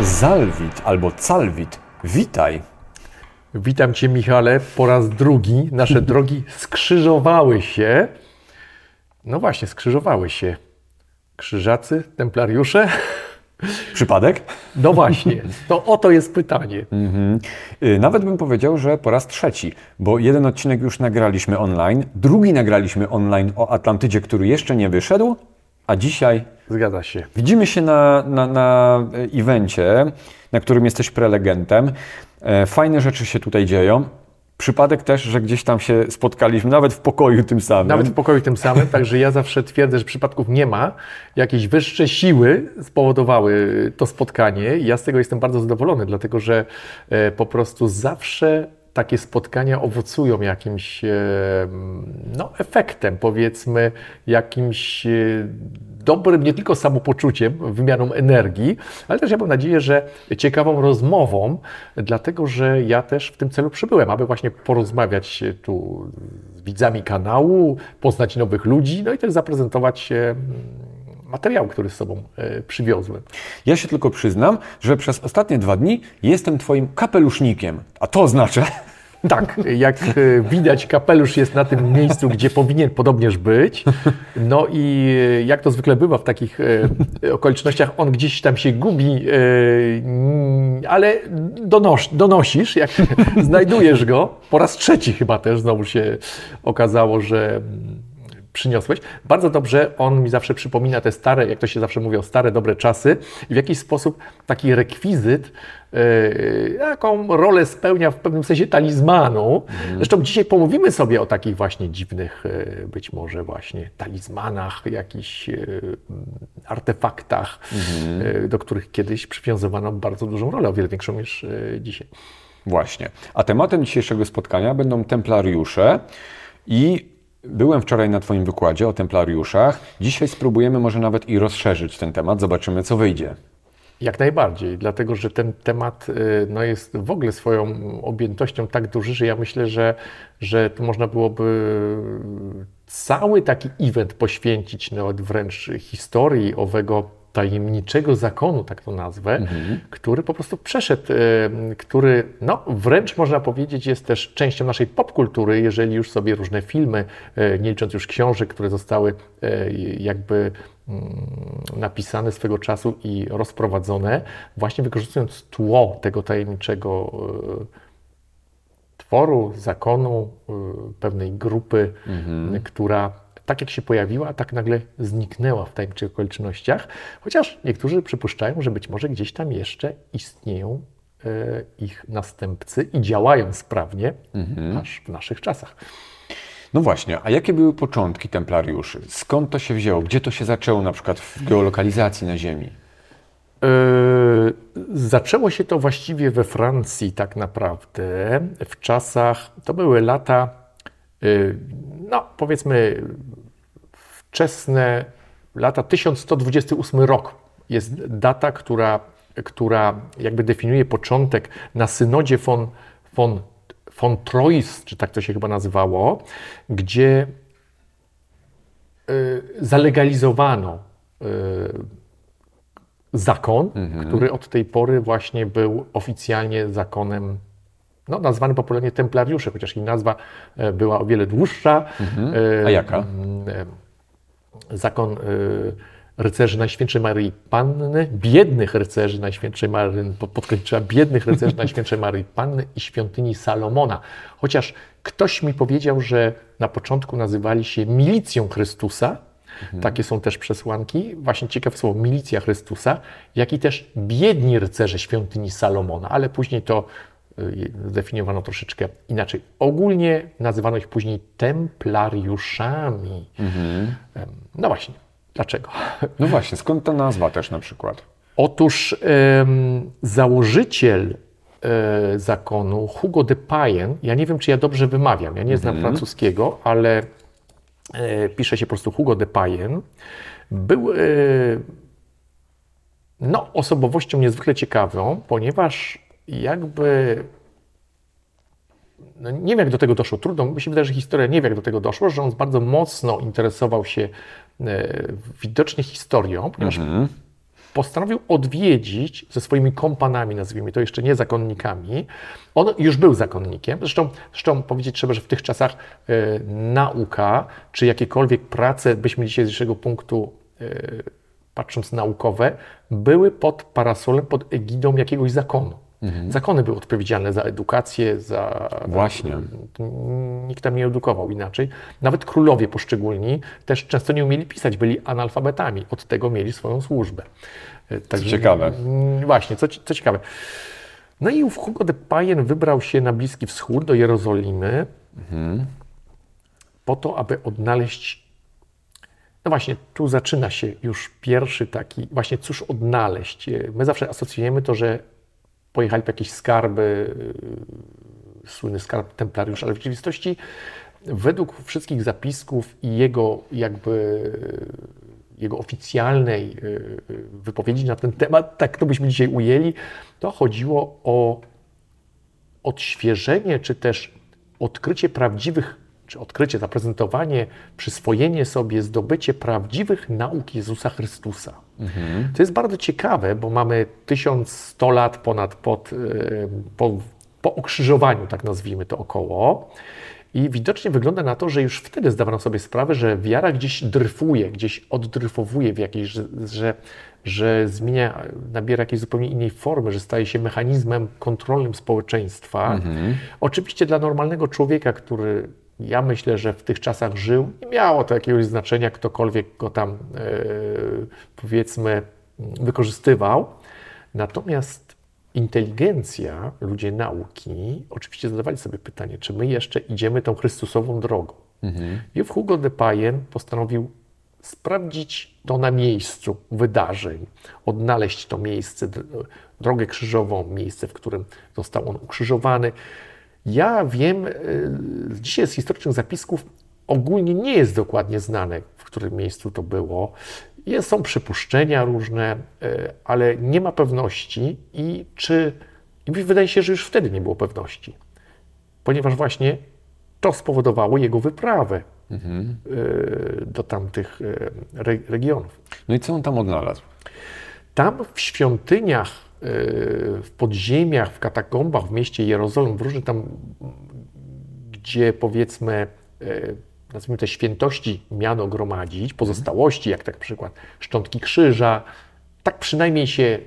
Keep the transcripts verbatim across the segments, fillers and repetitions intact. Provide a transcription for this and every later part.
Zalwit albo Calwit. Witaj. Witam Cię, Michale, po raz drugi. Nasze drogi skrzyżowały się. No właśnie, skrzyżowały się. Krzyżacy, templariusze. Przypadek? No właśnie, to oto jest pytanie. Mhm. Nawet bym powiedział, że po raz trzeci, bo jeden odcinek już nagraliśmy online, drugi nagraliśmy online o Atlantydzie, który jeszcze nie wyszedł, a dzisiaj... Zgadza się. Widzimy się na, na, na evencie, na którym jesteś prelegentem. Fajne rzeczy się tutaj dzieją. Przypadek też, że gdzieś tam się spotkaliśmy, nawet w pokoju tym samym. Nawet w pokoju tym samym, także ja zawsze twierdzę, że przypadków nie ma. Jakieś wyższe siły spowodowały to spotkanie i ja z tego jestem bardzo zadowolony, dlatego że po prostu zawsze takie spotkania owocują jakimś no, efektem, powiedzmy, jakimś dobrym nie tylko samopoczuciem, wymianą energii, ale też ja mam nadzieję, że ciekawą rozmową, dlatego że ja też w tym celu przybyłem, aby właśnie porozmawiać tu z widzami kanału, poznać nowych ludzi, no i też zaprezentować materiał, który z sobą przywiozłem. Ja się tylko przyznam, że przez ostatnie dwa dni jestem Twoim kapelusznikiem, a to oznacza... Tak, jak widać, kapelusz jest na tym miejscu, gdzie powinien podobnież być. No i jak to zwykle bywa w takich okolicznościach, on gdzieś tam się gubi, ale donos, donosisz, jak znajdujesz go. Po raz trzeci chyba też znowu się okazało, że przyniosłeś. Bardzo dobrze, on mi zawsze przypomina te stare, jak to się zawsze mówi, o stare, dobre czasy i w jakiś sposób taki rekwizyt, yy, jaką rolę spełnia w pewnym sensie talizmanu. Mm. Zresztą dzisiaj pomówimy sobie o takich właśnie dziwnych, yy, być może właśnie talizmanach, jakichś yy, artefaktach, mm. yy, do których kiedyś przywiązywano bardzo dużą rolę, o wiele większą niż yy, dzisiaj. Właśnie. A tematem dzisiejszego spotkania będą templariusze i byłem wczoraj na Twoim wykładzie o templariuszach. Dzisiaj spróbujemy może nawet i rozszerzyć ten temat. Zobaczymy, co wyjdzie. Jak najbardziej, dlatego że ten temat no, jest w ogóle swoją objętością tak duży, że ja myślę, że, że to można byłoby cały taki event poświęcić nawet wręcz historii owego tajemniczego zakonu, tak to nazwę, mhm. który po prostu przeszedł, który no, wręcz można powiedzieć jest też częścią naszej popkultury, jeżeli już sobie różne filmy, nie licząc już książek, które zostały jakby napisane swego czasu i rozprowadzone, właśnie wykorzystując tło tego tajemniczego tworu, zakonu, pewnej grupy, mhm. która tak jak się pojawiła, tak nagle zniknęła w tajemniczych okolicznościach, chociaż niektórzy przypuszczają, że być może gdzieś tam jeszcze istnieją e, ich następcy i działają sprawnie, mhm. aż w naszych czasach. No właśnie, a jakie były początki templariuszy? Skąd to się wzięło? Gdzie to się zaczęło na przykład w geolokalizacji na Ziemi? Yy, zaczęło się to właściwie we Francji tak naprawdę, w czasach, to były lata, yy, no powiedzmy wczesne lata, tysiąc sto dwudziesty ósmy rok jest data, która, która jakby definiuje początek na synodzie von, von, von Troyes, czy tak to się chyba nazywało, gdzie yy, zalegalizowano yy, zakon, mhm. który od tej pory właśnie był oficjalnie zakonem, no, nazwany popularnie templariusze, chociaż ich nazwa była o wiele dłuższa. Mhm. A jaka? Zakon rycerzy Najświętszej Maryi Panny, biednych rycerzy Najświętszej Maryi, podkreślam, biednych rycerzy Najświętszej Maryi Panny i świątyni Salomona. Chociaż ktoś mi powiedział, że na początku nazywali się Milicją Chrystusa, mhm. takie są też przesłanki, właśnie ciekawe słowo, Milicja Chrystusa, jak i też biedni rycerze świątyni Salomona, ale później to zdefiniowano troszeczkę inaczej. Ogólnie nazywano ich później templariuszami. Mhm. No właśnie, dlaczego? No właśnie, skąd ta nazwa też na przykład? Otóż um, założyciel e, zakonu, Hugo de Payen, ja nie wiem, czy ja dobrze wymawiam, ja nie znam mhm. francuskiego, ale e, pisze się po prostu Hugo de Payen, był e, no, osobowością niezwykle ciekawą, ponieważ jakby, no nie wiem jak do tego doszło, trudno, mi się wydaje, że historia nie wie jak do tego doszło, że on bardzo mocno interesował się e, widocznie historią, ponieważ mm-hmm. postanowił odwiedzić ze swoimi kompanami, nazwijmy to jeszcze nie zakonnikami. On już był zakonnikiem. Zresztą, zresztą powiedzieć trzeba, że w tych czasach y, nauka, czy jakiekolwiek prace, byśmy dzisiaj z dzisiejszego punktu y, patrząc naukowe, były pod parasolem, pod egidą jakiegoś zakonu. Mhm. Zakony były odpowiedzialne za edukację, za... Właśnie. Nikt tam nie edukował inaczej. Nawet królowie poszczególni też często nie umieli pisać, byli analfabetami. Od tego mieli swoją służbę. Także, co ciekawe. Właśnie, co, co ciekawe. No i Hugo de Payen wybrał się na Bliski Wschód, do Jerozolimy, mhm. po to, aby odnaleźć... No właśnie, tu zaczyna się już pierwszy taki... Właśnie, cóż odnaleźć? My zawsze asocjujemy to, że pojechali po jakieś skarby, słynny skarb templariusz, ale w rzeczywistości według wszystkich zapisków i jego jakby jego oficjalnej wypowiedzi na ten temat, tak to byśmy dzisiaj ujęli, to chodziło o odświeżenie, czy też odkrycie prawdziwych, czy odkrycie, zaprezentowanie, przyswojenie sobie, zdobycie prawdziwych nauk Jezusa Chrystusa. Mhm. To jest bardzo ciekawe, bo mamy tysiąc sto lat ponad pod, po, po ukrzyżowaniu, tak nazwijmy to około. I widocznie wygląda na to, że już wtedy zdawano sobie sprawę, że wiara gdzieś dryfuje, gdzieś oddryfowuje w jakiejś, że, że, że zmienia, nabiera jakiejś zupełnie innej formy, że staje się mechanizmem kontrolnym społeczeństwa. Mhm. Oczywiście dla normalnego człowieka, który ja myślę, że w tych czasach żył, nie miało to jakiegoś znaczenia, ktokolwiek go tam yy, powiedzmy wykorzystywał. Natomiast inteligencja, ludzie nauki, oczywiście zadawali sobie pytanie, czy my jeszcze idziemy tą Chrystusową drogą. Mhm. I Hugo de Payen postanowił sprawdzić to na miejscu wydarzeń, odnaleźć to miejsce, drogę krzyżową, miejsce, w którym został on ukrzyżowany. Ja wiem, dzisiaj z historycznych zapisków ogólnie nie jest dokładnie znane, w którym miejscu to było. Jest, są przypuszczenia różne, ale nie ma pewności i czy i wydaje się, że już wtedy nie było pewności, ponieważ właśnie to spowodowało jego wyprawę mhm. do tamtych regionów. No i co on tam odnalazł? Tam w świątyniach, w podziemiach, w katakombach w mieście Jerozolem, w różnych tam, gdzie powiedzmy, nazwijmy te świętości miano gromadzić, pozostałości, jak tak przykład szczątki krzyża, tak przynajmniej się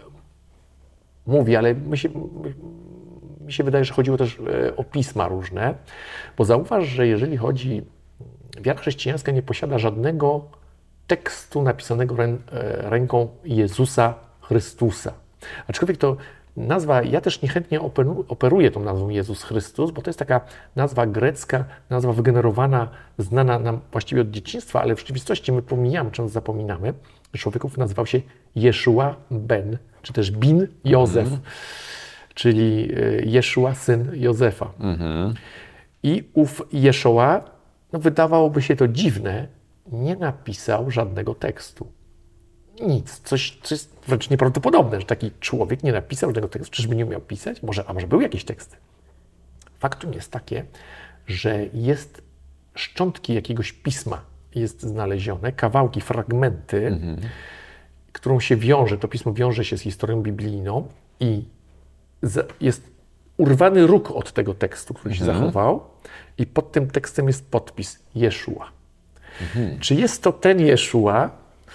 mówi, ale mi się, mi się wydaje, że chodziło też o pisma różne, bo zauważ, że jeżeli chodzi, wiara chrześcijańska nie posiada żadnego tekstu napisanego rę, ręką Jezusa Chrystusa. Aczkolwiek to nazwa, ja też niechętnie operuję tą nazwą Jezus Chrystus, bo to jest taka nazwa grecka, nazwa wygenerowana, znana nam właściwie od dzieciństwa, ale w rzeczywistości my pomijamy, często zapominamy, że człowieków nazywał się Jeszua ben, czy też bin Józef, mm-hmm. czyli Jeszua, syn Józefa. Mm-hmm. I ów Jeszua, no wydawałoby się to dziwne, nie napisał żadnego tekstu. Nic, coś, coś jest wręcz nieprawdopodobne, że taki człowiek nie napisał żadnego tekstu, czyżby nie umiał pisać? Może, a może były jakieś teksty? Faktum jest takie, że jest szczątki jakiegoś pisma, jest znalezione, kawałki, fragmenty, mhm. którą się wiąże, to pismo wiąże się z historią biblijną i z, jest urwany róg od tego tekstu, który mhm. się zachował i pod tym tekstem jest podpis Jeszua. Mhm. Czy jest to ten Jeszua?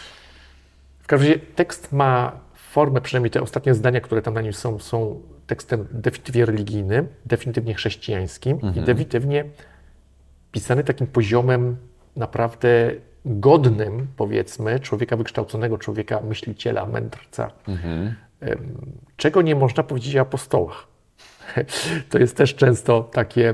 W każdym razie tekst ma formę, przynajmniej te ostatnie zdania, które tam na nim są, są tekstem definitywnie religijnym, definitywnie chrześcijańskim mhm. i definitywnie pisany takim poziomem naprawdę godnym, powiedzmy, człowieka wykształconego, człowieka myśliciela, mędrca. Mhm. Czego nie można powiedzieć o apostołach. To jest też często takie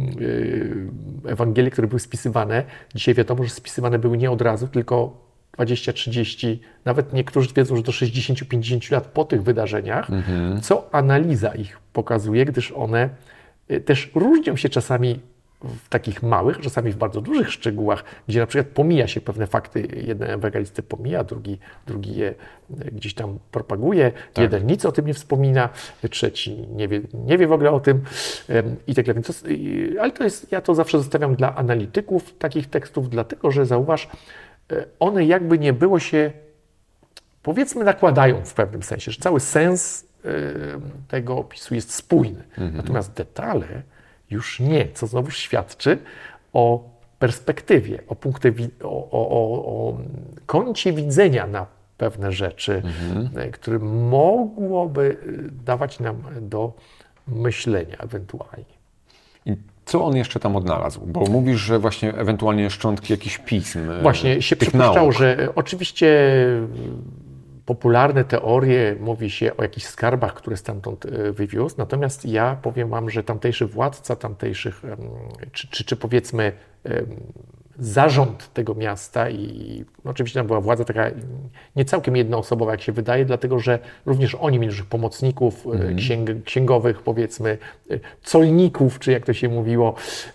Ewangelie, które były spisywane. Dzisiaj wiadomo, że spisywane były nie od razu, tylko dwadzieścia, trzydzieści, nawet niektórzy wiedzą, że do sześćdziesiąt, pięćdziesiąt lat po tych wydarzeniach, mhm. co analiza ich pokazuje, gdyż one też różnią się czasami w takich małych, czasami w bardzo dużych szczegółach, gdzie na przykład pomija się pewne fakty, jeden ewangelisty pomija, drugi, drugi je gdzieś tam propaguje, tak. jeden nic o tym nie wspomina, trzeci nie wie, nie wie w ogóle o tym i tak dalej. Ale to jest, ja to zawsze zostawiam dla analityków takich tekstów, dlatego że zauważ, one jakby nie było się powiedzmy nakładają w pewnym sensie, że cały sens y, tego opisu jest spójny. Mhm. Natomiast detale już nie, co znowu świadczy o perspektywie, o, punkcie, o, o, o, o kącie widzenia na pewne rzeczy, mhm. które mogłoby dawać nam do myślenia ewentualnie. I co on jeszcze tam odnalazł? Bo mówisz, że właśnie ewentualnie szczątki jakichś pism. Właśnie się przypuszczał, że oczywiście popularne teorie, mówi się o jakichś skarbach, które stamtąd wywiózł, natomiast ja powiem wam, że tamtejszy władca, tamtejszych, czy, czy, czy powiedzmy zarząd tego miasta i oczywiście tam była władza taka nie całkiem jednoosobowa, jak się wydaje, dlatego że również oni mieli różnych pomocników, mm. księg, księgowych, powiedzmy, colników, czy jak to się mówiło.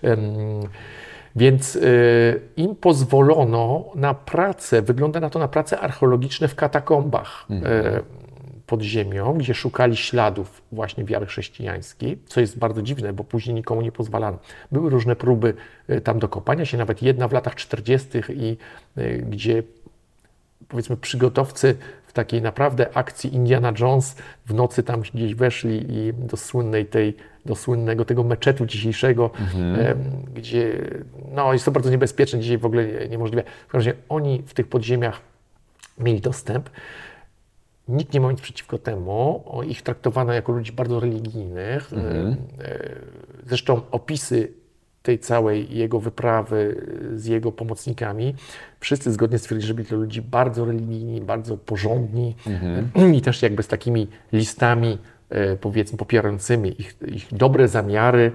Więc im pozwolono na pracę, wygląda na to na prace archeologiczne w katakombach mm. pod ziemią, gdzie szukali śladów właśnie wiary chrześcijańskiej, co jest bardzo dziwne, bo później nikomu nie pozwalano. Były różne próby tam dokopania się, nawet jedna w latach czterdziestych i gdzie powiedzmy przygotowcy w takiej naprawdę akcji Indiana Jones w nocy tam gdzieś weszli i do słynnej tej, do słynnego tego meczetu dzisiejszego, mhm. gdzie no jest to bardzo niebezpieczne, dzisiaj w ogóle niemożliwe. W każdym razie oni w tych podziemiach mieli dostęp. Nikt nie ma nic przeciwko temu, ich traktowano jako ludzi bardzo religijnych. Mhm. Zresztą opisy tej całej jego wyprawy z jego pomocnikami, wszyscy zgodnie stwierdzili, że byli to ludzi bardzo religijni, bardzo porządni mhm. i też jakby z takimi listami, powiedzmy, popierającymi ich, ich dobre zamiary,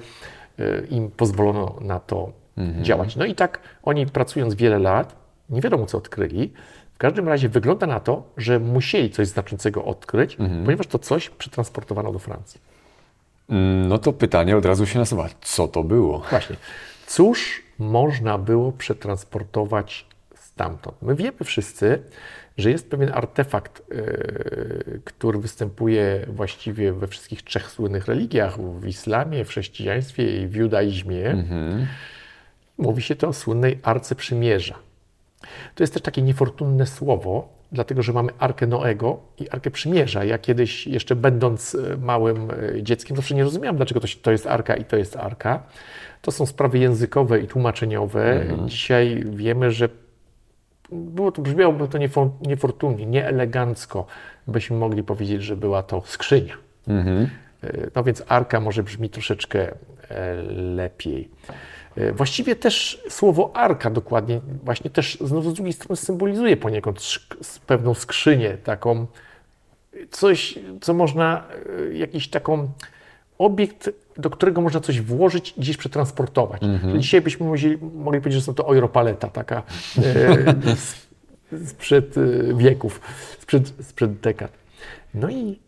im pozwolono na to mhm. działać. No i tak oni pracując wiele lat, nie wiadomo co odkryli. W każdym razie wygląda na to, że musieli coś znaczącego odkryć, mhm. ponieważ to coś przetransportowano do Francji. No to pytanie od razu się nasuwa. Co to było? Właśnie. Cóż można było przetransportować stamtąd? My wiemy wszyscy, że jest pewien artefakt, yy, który występuje właściwie we wszystkich trzech słynnych religiach, w islamie, w chrześcijaństwie i w judaizmie. Mhm. Mówi się to o słynnej Arce Przymierza. To jest też takie niefortunne słowo, dlatego że mamy Arkę Noego i Arkę Przymierza. Ja kiedyś, jeszcze będąc małym dzieckiem, zawsze nie rozumiałem, dlaczego to, to jest Arka i to jest Arka. To są sprawy językowe i tłumaczeniowe. Mhm. Dzisiaj wiemy, że było to, brzmiałoby to niefortunnie, nieelegancko, byśmy mogli powiedzieć, że była to skrzynia. Mhm. No więc Arka może brzmi troszeczkę lepiej. Właściwie też słowo arka dokładnie właśnie też znowu z drugiej strony symbolizuje poniekąd sk- pewną skrzynię, taką coś, co można, jakiś taką obiekt, do którego można coś włożyć i gdzieś przetransportować. Mm-hmm. Dzisiaj byśmy mogli, mogli powiedzieć, że są to ojropaleta taka e, z, sprzed wieków, sprzed, sprzed dekad. No i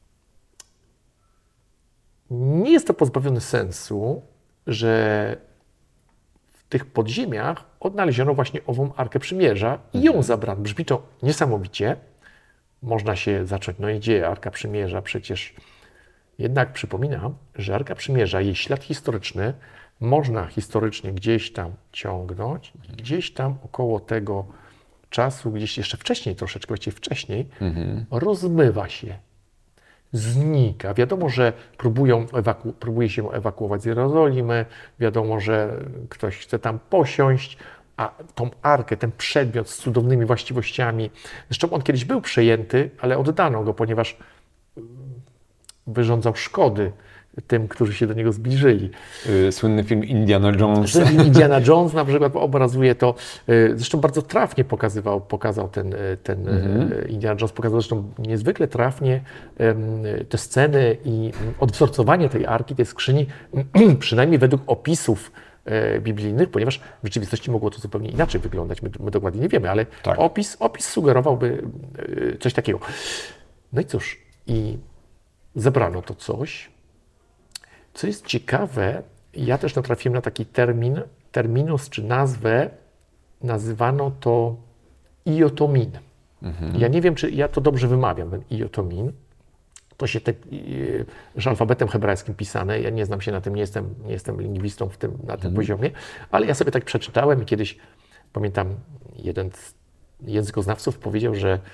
nie jest to pozbawione sensu, że w tych podziemiach odnaleziono właśnie ową Arkę Przymierza i ją zabrano. Brzmi to niesamowicie. Można się zacząć, no i gdzie Arka Przymierza? Przecież jednak przypominam, że Arka Przymierza, jej ślad historyczny można historycznie gdzieś tam ciągnąć i gdzieś tam około tego czasu, gdzieś jeszcze wcześniej, troszeczkę właściwie wcześniej, mhm. rozmywa się. Znika. Wiadomo, że próbują ewaku- próbuje się ewakuować z Jerozolimy, wiadomo, że ktoś chce tam posiąść, a tą arkę, ten przedmiot z cudownymi właściwościami, zresztą on kiedyś był przejęty, ale oddano go, ponieważ wyrządzał szkody tym, którzy się do niego zbliżyli. Słynny film Indiana Jones. Indiana Jones na przykład obrazuje to, zresztą bardzo trafnie pokazywał, pokazał ten, ten mhm. Indiana Jones, pokazał zresztą niezwykle trafnie te sceny i odwzorcowanie tej arki, tej skrzyni, przynajmniej według opisów biblijnych, ponieważ w rzeczywistości mogło to zupełnie inaczej wyglądać, my, my dokładnie nie wiemy, ale tak. opis, opis sugerowałby coś takiego. No i cóż, i zebrano to coś. Co jest ciekawe, ja też natrafiłem na taki termin, terminus czy nazwę, nazywano to iotomin. Mhm. Ja nie wiem, czy ja to dobrze wymawiam, ten iotomin. To się te, że alfabetem hebrajskim pisane, ja nie znam się na tym, nie jestem, nie jestem lingwistą w tym, na tym mhm. poziomie, ale ja sobie tak przeczytałem i kiedyś, pamiętam, jeden z językoznawców powiedział, że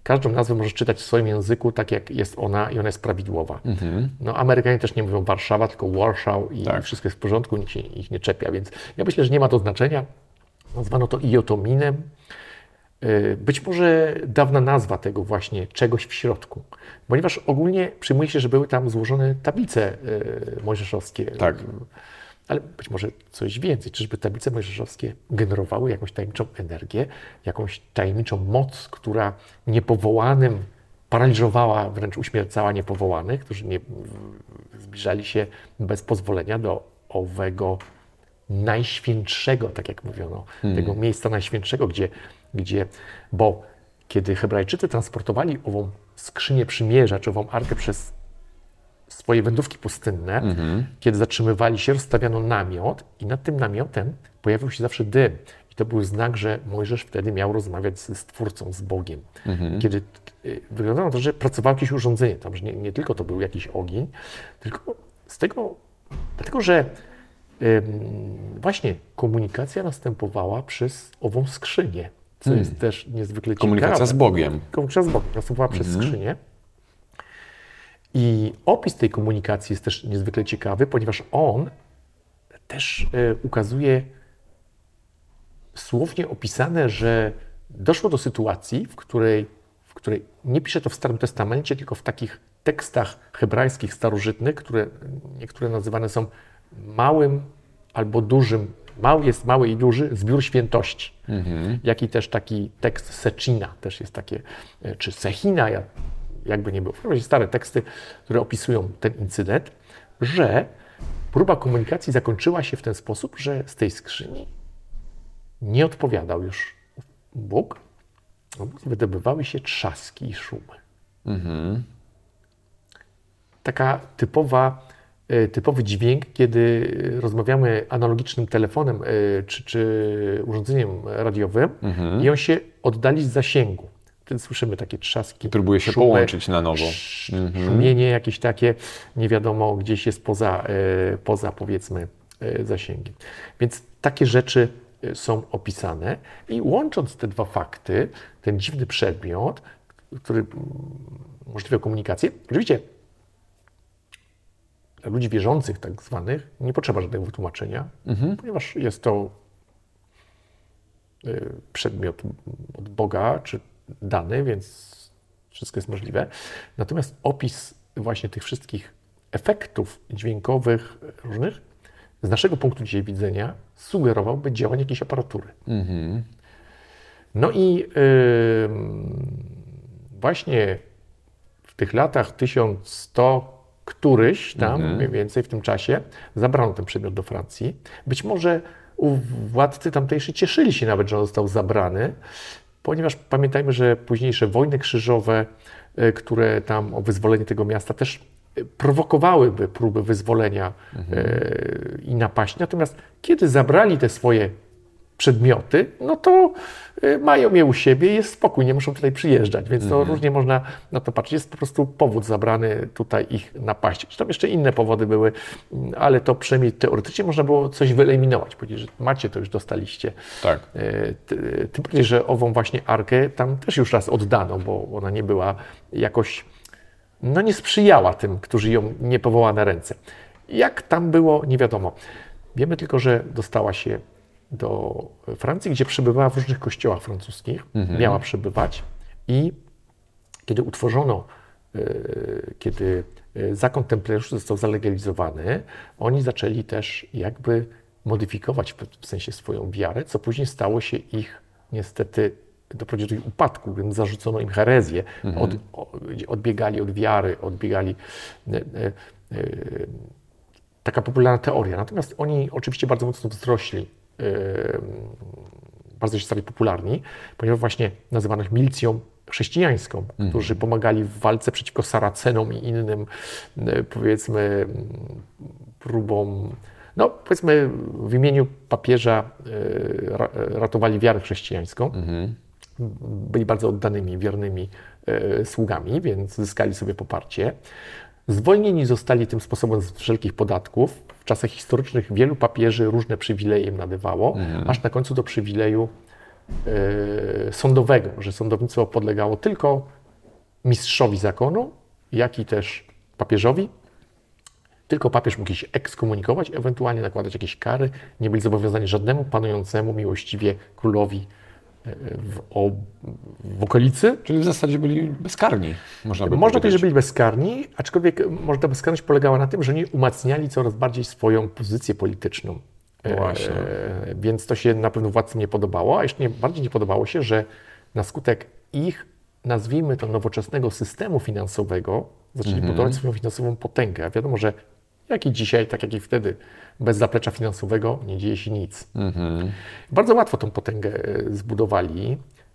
każdą nazwę możesz czytać w swoim języku, tak jak jest ona i ona jest prawidłowa. Mhm. No, Amerykanie też nie mówią Warszawa, tylko Warsaw i tak. wszystko jest w porządku, nikt się ich nie czepia, więc ja myślę, że nie ma to znaczenia. Nazwano to Iotominem. Być może dawna nazwa tego właśnie czegoś w środku, ponieważ ogólnie przyjmuje się, że były tam złożone tablice mojżeszowskie. Tak. Ale być może coś więcej. Czyżby tablice mojżeszowskie generowały jakąś tajemniczą energię, jakąś tajemniczą moc, która niepowołanym paraliżowała, wręcz uśmiercała niepowołanych, którzy nie zbliżali się bez pozwolenia do owego najświętszego, tak jak mówiono, hmm. tego miejsca najświętszego, gdzie, gdzie, bo kiedy Hebrajczycy transportowali ową skrzynię przymierza, czy ową arkę przez swoje wędrówki pustynne, mm-hmm. kiedy zatrzymywali się, rozstawiano namiot i nad tym namiotem pojawił się zawsze dym. I to był znak, że Mojżesz wtedy miał rozmawiać ze Stwórcą, z Bogiem. Mm-hmm. Kiedy y, wyglądało to, że pracowało jakieś urządzenie tam, że nie, nie tylko to był jakiś ogień, tylko z tego, dlatego, że y, właśnie komunikacja następowała przez ową skrzynię, co mm. jest też niezwykle ciekawe. Komunikacja z Bogiem. Komunikacja z Bogiem następowała mm-hmm. przez skrzynię. I opis tej komunikacji jest też niezwykle ciekawy, ponieważ on też y, ukazuje słownie opisane, że doszło do sytuacji, w której, w której nie pisze to w Starym Testamencie, tylko w takich tekstach hebrajskich, starożytnych, które niektóre nazywane są małym albo dużym, mały jest mały i duży, zbiór świętości. Mhm. Jak i też taki tekst Sechina, też jest takie, czy Sechina, jakby nie było. W razie stare teksty, które opisują ten incydent, że próba komunikacji zakończyła się w ten sposób, że z tej skrzyni nie odpowiadał już Bóg, wydobywały się trzaski i szumy. Mhm. Taka typowa, typowy dźwięk, kiedy rozmawiamy analogicznym telefonem czy, czy urządzeniem radiowym mhm. i on się oddali z zasięgu. Wtedy słyszymy takie trzaski. Próbuje się szumy, połączyć na nowo. Mhm. Szumienie jakieś takie, nie wiadomo, gdzieś jest poza, poza powiedzmy zasięgiem. Więc takie rzeczy są opisane i łącząc te dwa fakty, ten dziwny przedmiot, który umożliwia komunikację, oczywiście dla ludzi wierzących tak zwanych nie potrzeba żadnego wytłumaczenia, mhm. ponieważ jest to przedmiot od Boga, czy dany, więc wszystko jest możliwe. Natomiast opis właśnie tych wszystkich efektów dźwiękowych różnych z naszego punktu dzisiaj widzenia sugerowałby działanie jakiejś aparatury. Mm-hmm. No i yy, właśnie w tych latach tysiąc sto któryś tam, mm-hmm. mniej więcej w tym czasie, zabrano ten przedmiot do Francji. Być może władcy tamtejsi cieszyli się nawet, że on został zabrany, ponieważ pamiętajmy, że późniejsze wojny krzyżowe, yy, które tam o wyzwolenie tego miasta też prowokowałyby próby wyzwolenia mhm. e, i napaści. Natomiast kiedy zabrali te swoje przedmioty, no to e, mają je u siebie i jest spokój, nie muszą tutaj przyjeżdżać, więc mhm. to różnie można na to patrzeć. Jest po prostu powód zabrany tutaj ich napaści. Czy tam jeszcze inne powody były, ale to przynajmniej teoretycznie można było coś wyeliminować, powiedzieć, że macie, to już dostaliście. Tak. E, t, tym bardziej, że ową właśnie arkę tam też już raz oddano, bo ona nie była jakoś no nie sprzyjała tym, którzy ją nie powołała na ręce. Jak tam było, nie wiadomo. Wiemy tylko, że dostała się do Francji, gdzie przebywała w różnych kościołach francuskich, mhm. miała przebywać i kiedy utworzono, yy, kiedy zakon templariuszy został zalegalizowany, oni zaczęli też jakby modyfikować w, w sensie swoją wiarę, co później stało się ich niestety doprowadziło do ich upadku, więc zarzucono im herezję, mhm. od, odbiegali od wiary, odbiegali e, e, e, taka popularna teoria. Natomiast oni oczywiście bardzo mocno wzrośli, e, bardzo się stali popularni, ponieważ właśnie nazywano ich milicją chrześcijańską, mhm. którzy pomagali w walce przeciwko Saracenom i innym, e, powiedzmy, próbom, no powiedzmy w imieniu papieża e, ratowali wiarę chrześcijańską. Mhm. Byli bardzo oddanymi, wiernymi e, sługami, więc zyskali sobie poparcie. Zwolnieni zostali tym sposobem z wszelkich podatków. W czasach historycznych wielu papieży różne przywileje im nadawało, mm. aż na końcu do przywileju e, sądowego, że sądownictwo podlegało tylko mistrzowi zakonu, jak i też papieżowi. Tylko papież mógł się ekskomunikować, ewentualnie nakładać jakieś kary. Nie byli zobowiązani żadnemu panującemu miłościwie królowi w, o, w okolicy. Czyli w zasadzie byli bezkarni, można by Można powiedzieć. powiedzieć, że byli bezkarni, aczkolwiek może ta bezkarność polegała na tym, że oni umacniali coraz bardziej swoją pozycję polityczną. No właśnie. E, więc to się na pewno władcom nie podobało, a jeszcze nie, bardziej nie podobało się, że na skutek ich, nazwijmy to, nowoczesnego systemu finansowego, zaczęli Mhm. budować swoją finansową potęgę. A wiadomo, że jak i dzisiaj, tak jak i wtedy, bez zaplecza finansowego nie dzieje się nic. Mhm. Bardzo łatwo tą potęgę e, zbudowali,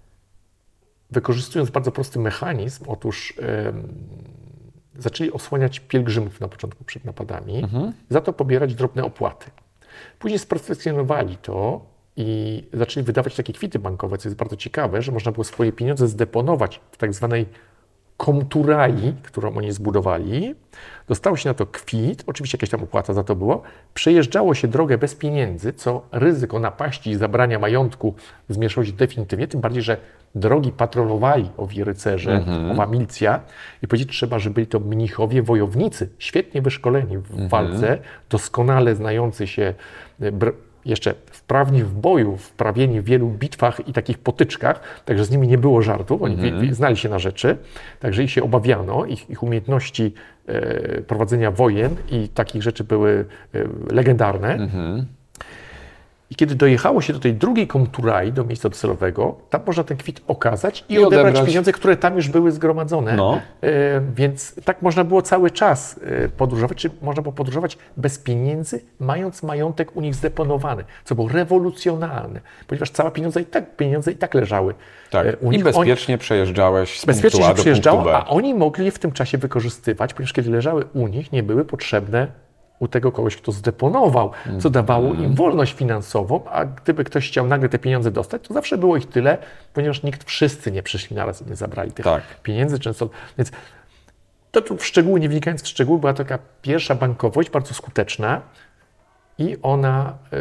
wykorzystując bardzo prosty mechanizm. Otóż em, zaczęli osłaniać pielgrzymów na początku przed napadami, Mhm. za to pobierać drobne opłaty. Później sperfekcjonowali to i zaczęli wydawać takie kwity bankowe, co jest bardzo ciekawe, że można było swoje pieniądze zdeponować w tak zwanej komturai, którą oni zbudowali. Dostało się na to kwit, oczywiście jakaś tam opłata za to było. Przejeżdżało się drogę bez pieniędzy, co ryzyko napaści i zabrania majątku zmniejszyło się definitywnie, tym bardziej, że drogi patrolowali owi rycerze, Mhm. owa milicja i powiedzieć trzeba, że byli to mnichowie, wojownicy, świetnie wyszkoleni w walce, doskonale znający się br- jeszcze wprawni w boju, wprawieni w wielu bitwach i takich potyczkach, także z nimi nie było żartów, oni Mhm. wie, wie, znali się na rzeczy, także ich się obawiano, ich, ich umiejętności e, prowadzenia wojen i takich rzeczy były e, legendarne. Mhm. I kiedy dojechało się do tej drugiej komturai, do miejsca docelowego, tam można ten kwit okazać i, I odebrać, odebrać pieniądze, które tam już były zgromadzone. No. E, więc tak można było cały czas e, podróżować, czy można było podróżować bez pieniędzy, mając majątek u nich zdeponowany, co było rewolucjonalne, ponieważ całe pieniądze i tak, pieniądze i tak leżały Tak. e, u I nich. bezpiecznie przejeżdżałeś z Oni, bezpiecznie punktu A się do przyjeżdżało, punktu B. a oni mogli je w tym czasie wykorzystywać, ponieważ kiedy leżały u nich, nie były potrzebne u tego kogoś, kto zdeponował, co dawało im wolność finansową, a gdyby ktoś chciał nagle te pieniądze dostać, to zawsze było ich tyle, ponieważ nikt, wszyscy nie przyszli naraz i nie zabrali tych Tak. pieniędzy często. Więc to tu w szczegóły, nie wnikając w szczegóły, była taka pierwsza bankowość, bardzo skuteczna i ona yy,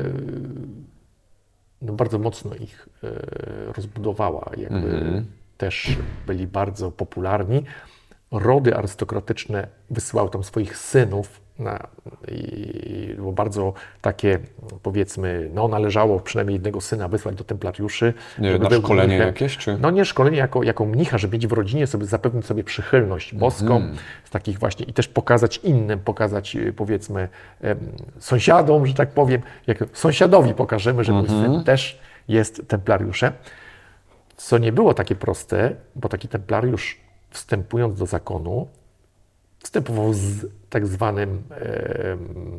no bardzo mocno ich yy, rozbudowała. Jakby Mhm. też byli bardzo popularni. Rody arystokratyczne wysyłały tam swoich synów na, i było bardzo takie, powiedzmy, no należało przynajmniej jednego syna wysłać do templariuszy. Nie, żeby na był szkolenie mnichem. jakieś, czy? No nie szkolenie jako, jako mnicha, żeby mieć w rodzinie, sobie zapewnić sobie przychylność boską, Mhm. z takich właśnie i też pokazać innym, pokazać y, powiedzmy em, sąsiadom, że tak powiem, jak sąsiadowi pokażemy, że mój syn też jest templariuszem. Co nie było takie proste, bo taki templariusz wstępując do zakonu, wstępował z tak zwanym e,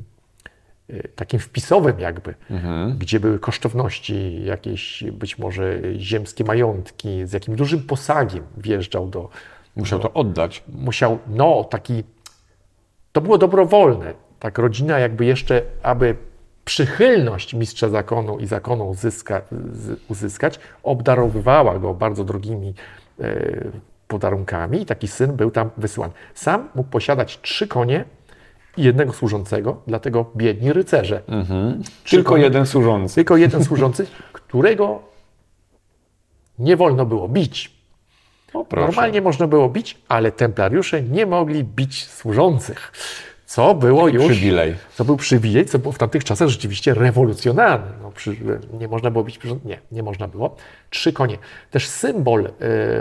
e, takim wpisowym jakby, Mhm. gdzie były kosztowności, jakieś być może ziemskie majątki, z jakim dużym posagiem wjeżdżał do... Musiał to oddać. Musiał, no taki, to było dobrowolne, tak rodzina jakby jeszcze, aby przychylność mistrza zakonu i zakonu uzyska, z, uzyskać, obdarowywała go bardzo drogimi e, podarunkami i taki syn był tam wysyłany. Sam mógł posiadać trzy konie i jednego służącego, dlatego biedni rycerze. Mhm. Trzy Tylko konie, jeden służący. Tylko jeden służący, którego nie wolno było bić. O, proszę. Normalnie można było bić, ale templariusze nie mogli bić służących. Co było już... Przywilej. Co był przywilej, co było w tamtych czasach rzeczywiście rewolucjonalne. No, przy, nie można było bić... Nie, nie można było. Trzy konie. Też symbol... Yy,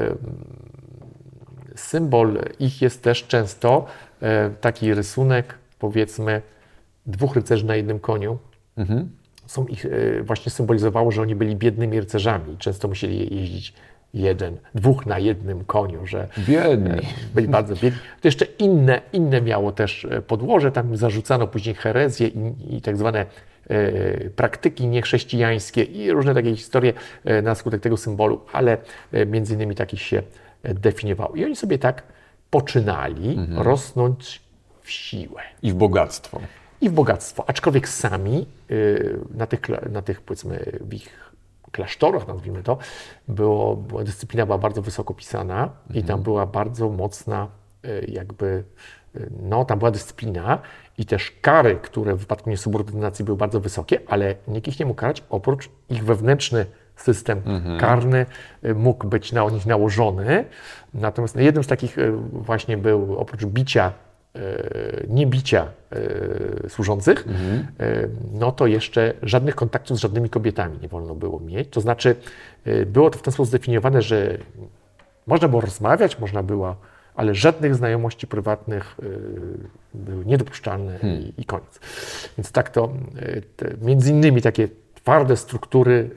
symbol ich jest też często yy, taki rysunek, powiedzmy, dwóch rycerzy na jednym koniu. Mhm. Są ich, yy, właśnie symbolizowało, że oni byli biednymi rycerzami. Często musieli jeździć jeden, dwóch na jednym koniu, że Biedni. e, byli bardzo biedni. To jeszcze inne, inne miało też e, podłoże, tam zarzucano później herezję i, i tak zwane e, praktyki niechrześcijańskie i różne takie historie e, na skutek tego symbolu, ale e, między innymi takich się e, definiowało. I oni sobie tak poczynali rosnąć w siłę I w bogactwo. i w bogactwo, aczkolwiek sami y, na tych, kla- na tych powiedzmy w ich klasztorach, nazwijmy to, było, była dyscyplina była bardzo wysoko pisana i tam była bardzo mocna y, jakby, y, no tam była dyscyplina i też kary, które w wypadku niesubordynacji były bardzo wysokie, ale nikt ich nie mógł karać oprócz ich wewnętrzny system Mhm. karny mógł być na nich nałożony. Natomiast jednym z takich właśnie był, oprócz bicia, nie bicia służących, Mhm. no to jeszcze żadnych kontaktów z żadnymi kobietami nie wolno było mieć. To znaczy było to w ten sposób zdefiniowane, że można było rozmawiać, można było, ale żadnych znajomości prywatnych były niedopuszczalne hmm. i, i koniec. Więc tak to, te, między innymi takie twarde struktury,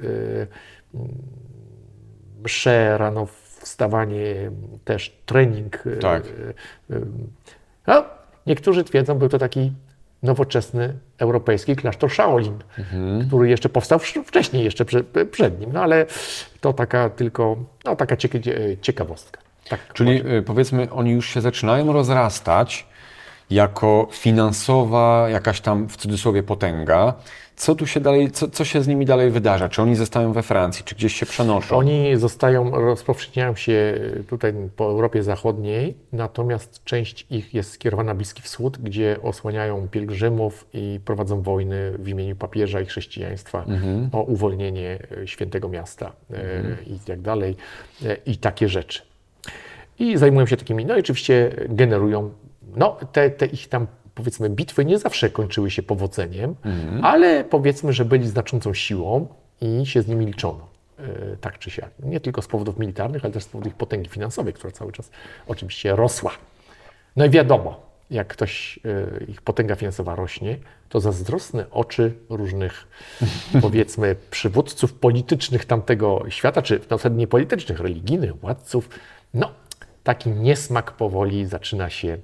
msze, rano wstawanie, też trening. Tak. No, niektórzy twierdzą, był to taki nowoczesny europejski klasztor Shaolin, mhm. który jeszcze powstał wcześniej, jeszcze przed, przed nim, no ale to taka tylko, no taka ciekawostka. Tak, Czyli może. Powiedzmy, oni już się zaczynają rozrastać jako finansowa jakaś tam w cudzysłowie potęga. Co tu się dalej, co, co się z nimi dalej wydarza? Czy oni zostają we Francji, czy gdzieś się przenoszą? Oni zostają, rozpowszechniają się tutaj po Europie Zachodniej, natomiast część ich jest skierowana na Bliski Wschód, gdzie osłaniają pielgrzymów i prowadzą wojny w imieniu papieża i chrześcijaństwa mhm. o uwolnienie świętego miasta mhm. i tak dalej, i takie rzeczy. I zajmują się takimi, no i oczywiście generują, no te, te ich tam powiedzmy bitwy nie zawsze kończyły się powodzeniem, mhm. ale powiedzmy, że byli znaczącą siłą i się z nimi liczono, yy, tak czy siak. Nie tylko z powodów militarnych, ale też z powodu ich potęgi finansowej, która cały czas oczywiście rosła. No i wiadomo, jak ktoś, yy, ich potęga finansowa rośnie, to zazdrosne oczy różnych powiedzmy przywódców politycznych tamtego świata, czy nawet nie politycznych, religijnych, władców, no taki niesmak powoli zaczyna się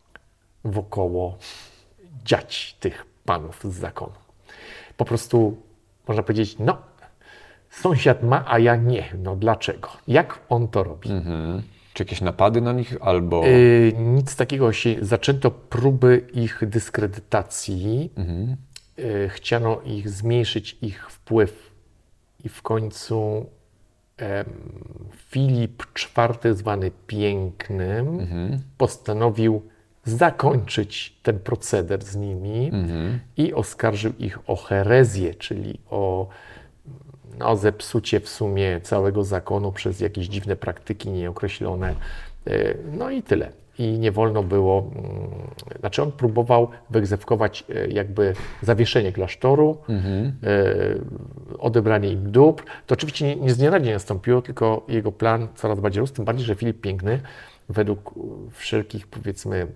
wokoło dziać tych panów z zakonu. Po prostu można powiedzieć, no sąsiad ma, a ja nie. No dlaczego? Jak on to robi? Mhm. Czy jakieś napady na nich albo... Yy, nic takiego się... Zaczęto próby ich dyskredytacji. Mhm. Yy, chciano ich zmniejszyć ich wpływ i w końcu em, Filip czwarty, zwany Pięknym, mhm. postanowił zakończyć ten proceder z nimi mhm. i oskarżył ich o herezję, czyli o no, zepsucie w sumie całego zakonu przez jakieś dziwne praktyki nieokreślone. No i tyle. I nie wolno było, znaczy on próbował wyegzekwować jakby zawieszenie klasztoru, mhm. odebranie im dóbr. To oczywiście nie, nie z dnia na dzień nastąpiło, tylko jego plan coraz bardziej rósł, tym bardziej, że Filip Piękny według wszelkich, powiedzmy,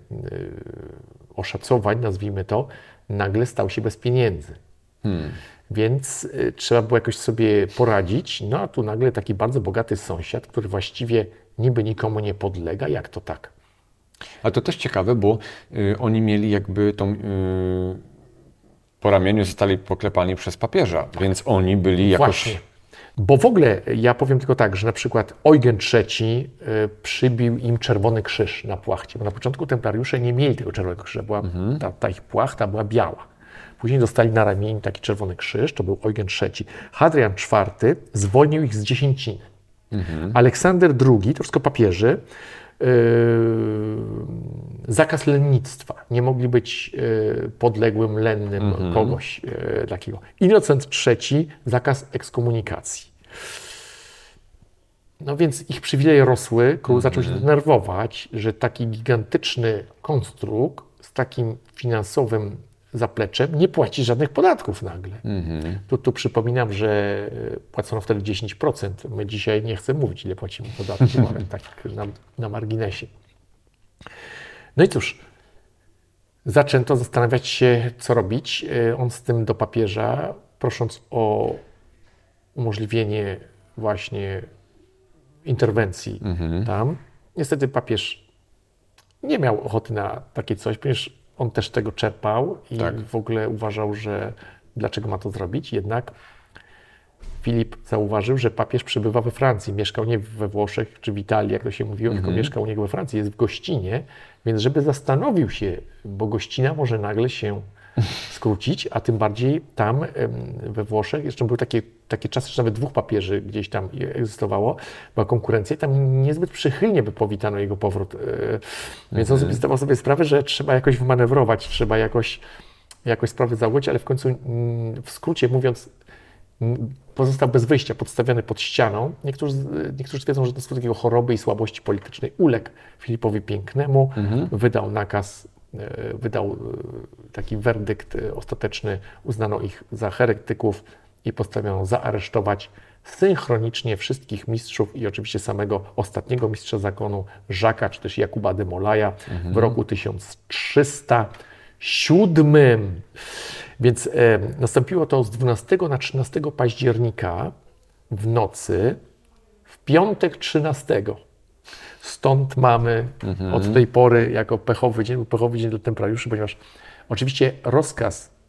oszacowań, nazwijmy to, nagle stał się bez pieniędzy. Hmm. Więc trzeba było jakoś sobie poradzić. No a tu nagle taki bardzo bogaty sąsiad, który właściwie niby nikomu nie podlega. Jak to tak? A to też ciekawe, bo y, oni mieli jakby tą... Y, po ramieniu zostali poklepani przez papieża, więc oni byli jakoś... Właśnie. Bo w ogóle ja powiem tylko tak, że na przykład Eugen trzeci y, przybił im czerwony krzyż na płachcie, bo na początku templariusze nie mieli tego czerwonego krzyża, była, mhm. ta, ta ich płachta była biała. Później dostali na ramieniu taki czerwony krzyż, to był Eugen trzeci. Hadrian czwarty zwolnił ich z dziesięciny. Mhm. Aleksander drugi, to wszystko papieży, yy, zakaz lennictwa. Nie mogli być yy, podległym, lennym mhm. kogoś yy, takiego. Innocent trzeci, zakaz ekskomunikacji. No więc ich przywileje rosły, król mhm. zaczął się denerwować, że taki gigantyczny konstrukt z takim finansowym zapleczem nie płaci żadnych podatków nagle. Mm-hmm. Tu, tu przypominam, że płacono wtedy dziesięć procent. My dzisiaj nie chcemy mówić, ile płacimy podatków, ale tak na, na marginesie. No i cóż, zaczęto zastanawiać się, co robić. On z tym do papieża, prosząc o umożliwienie właśnie interwencji mm-hmm. tam. Niestety papież nie miał ochoty na takie coś, ponieważ on też tego czerpał i tak. w ogóle uważał, że dlaczego ma to zrobić. Jednak Filip zauważył, że papież przybywa we Francji. Mieszkał nie we Włoszech czy w Italii, jak to się mówiło, mm-hmm. tylko mieszkał u niego we Francji. Jest w gościnie, więc żeby zastanowił się, bo gościna może nagle się skrócić, a tym bardziej tam we Włoszech, jeszcze były takie, takie czasy, że nawet dwóch papieży gdzieś tam egzystowało, była konkurencja i tam niezbyt przychylnie by powitano jego powrót. Więc on sobie zdawał sobie sprawę, że trzeba jakoś wymanewrować, trzeba jakoś, jakoś sprawę założyć, ale w końcu w skrócie mówiąc, pozostał bez wyjścia, podstawiony pod ścianą. Niektórzy, niektórzy twierdzą, że to z takiego choroby i słabości politycznej uległ Filipowi Pięknemu, mhm. wydał nakaz, wydał taki werdykt ostateczny, uznano ich za heretyków i postanowiono zaaresztować synchronicznie wszystkich mistrzów i oczywiście samego ostatniego mistrza zakonu, Jacques'a, czy też Jakuba de Molaja mhm. w roku tysiąc trzysta siódmym. Więc e, nastąpiło to z dwunastego na trzynastego października w nocy, w piątek trzynastego. Stąd mamy mhm. od tej pory jako pechowy dzień, pechowy dzień dla templariuszy, ponieważ oczywiście rozkaz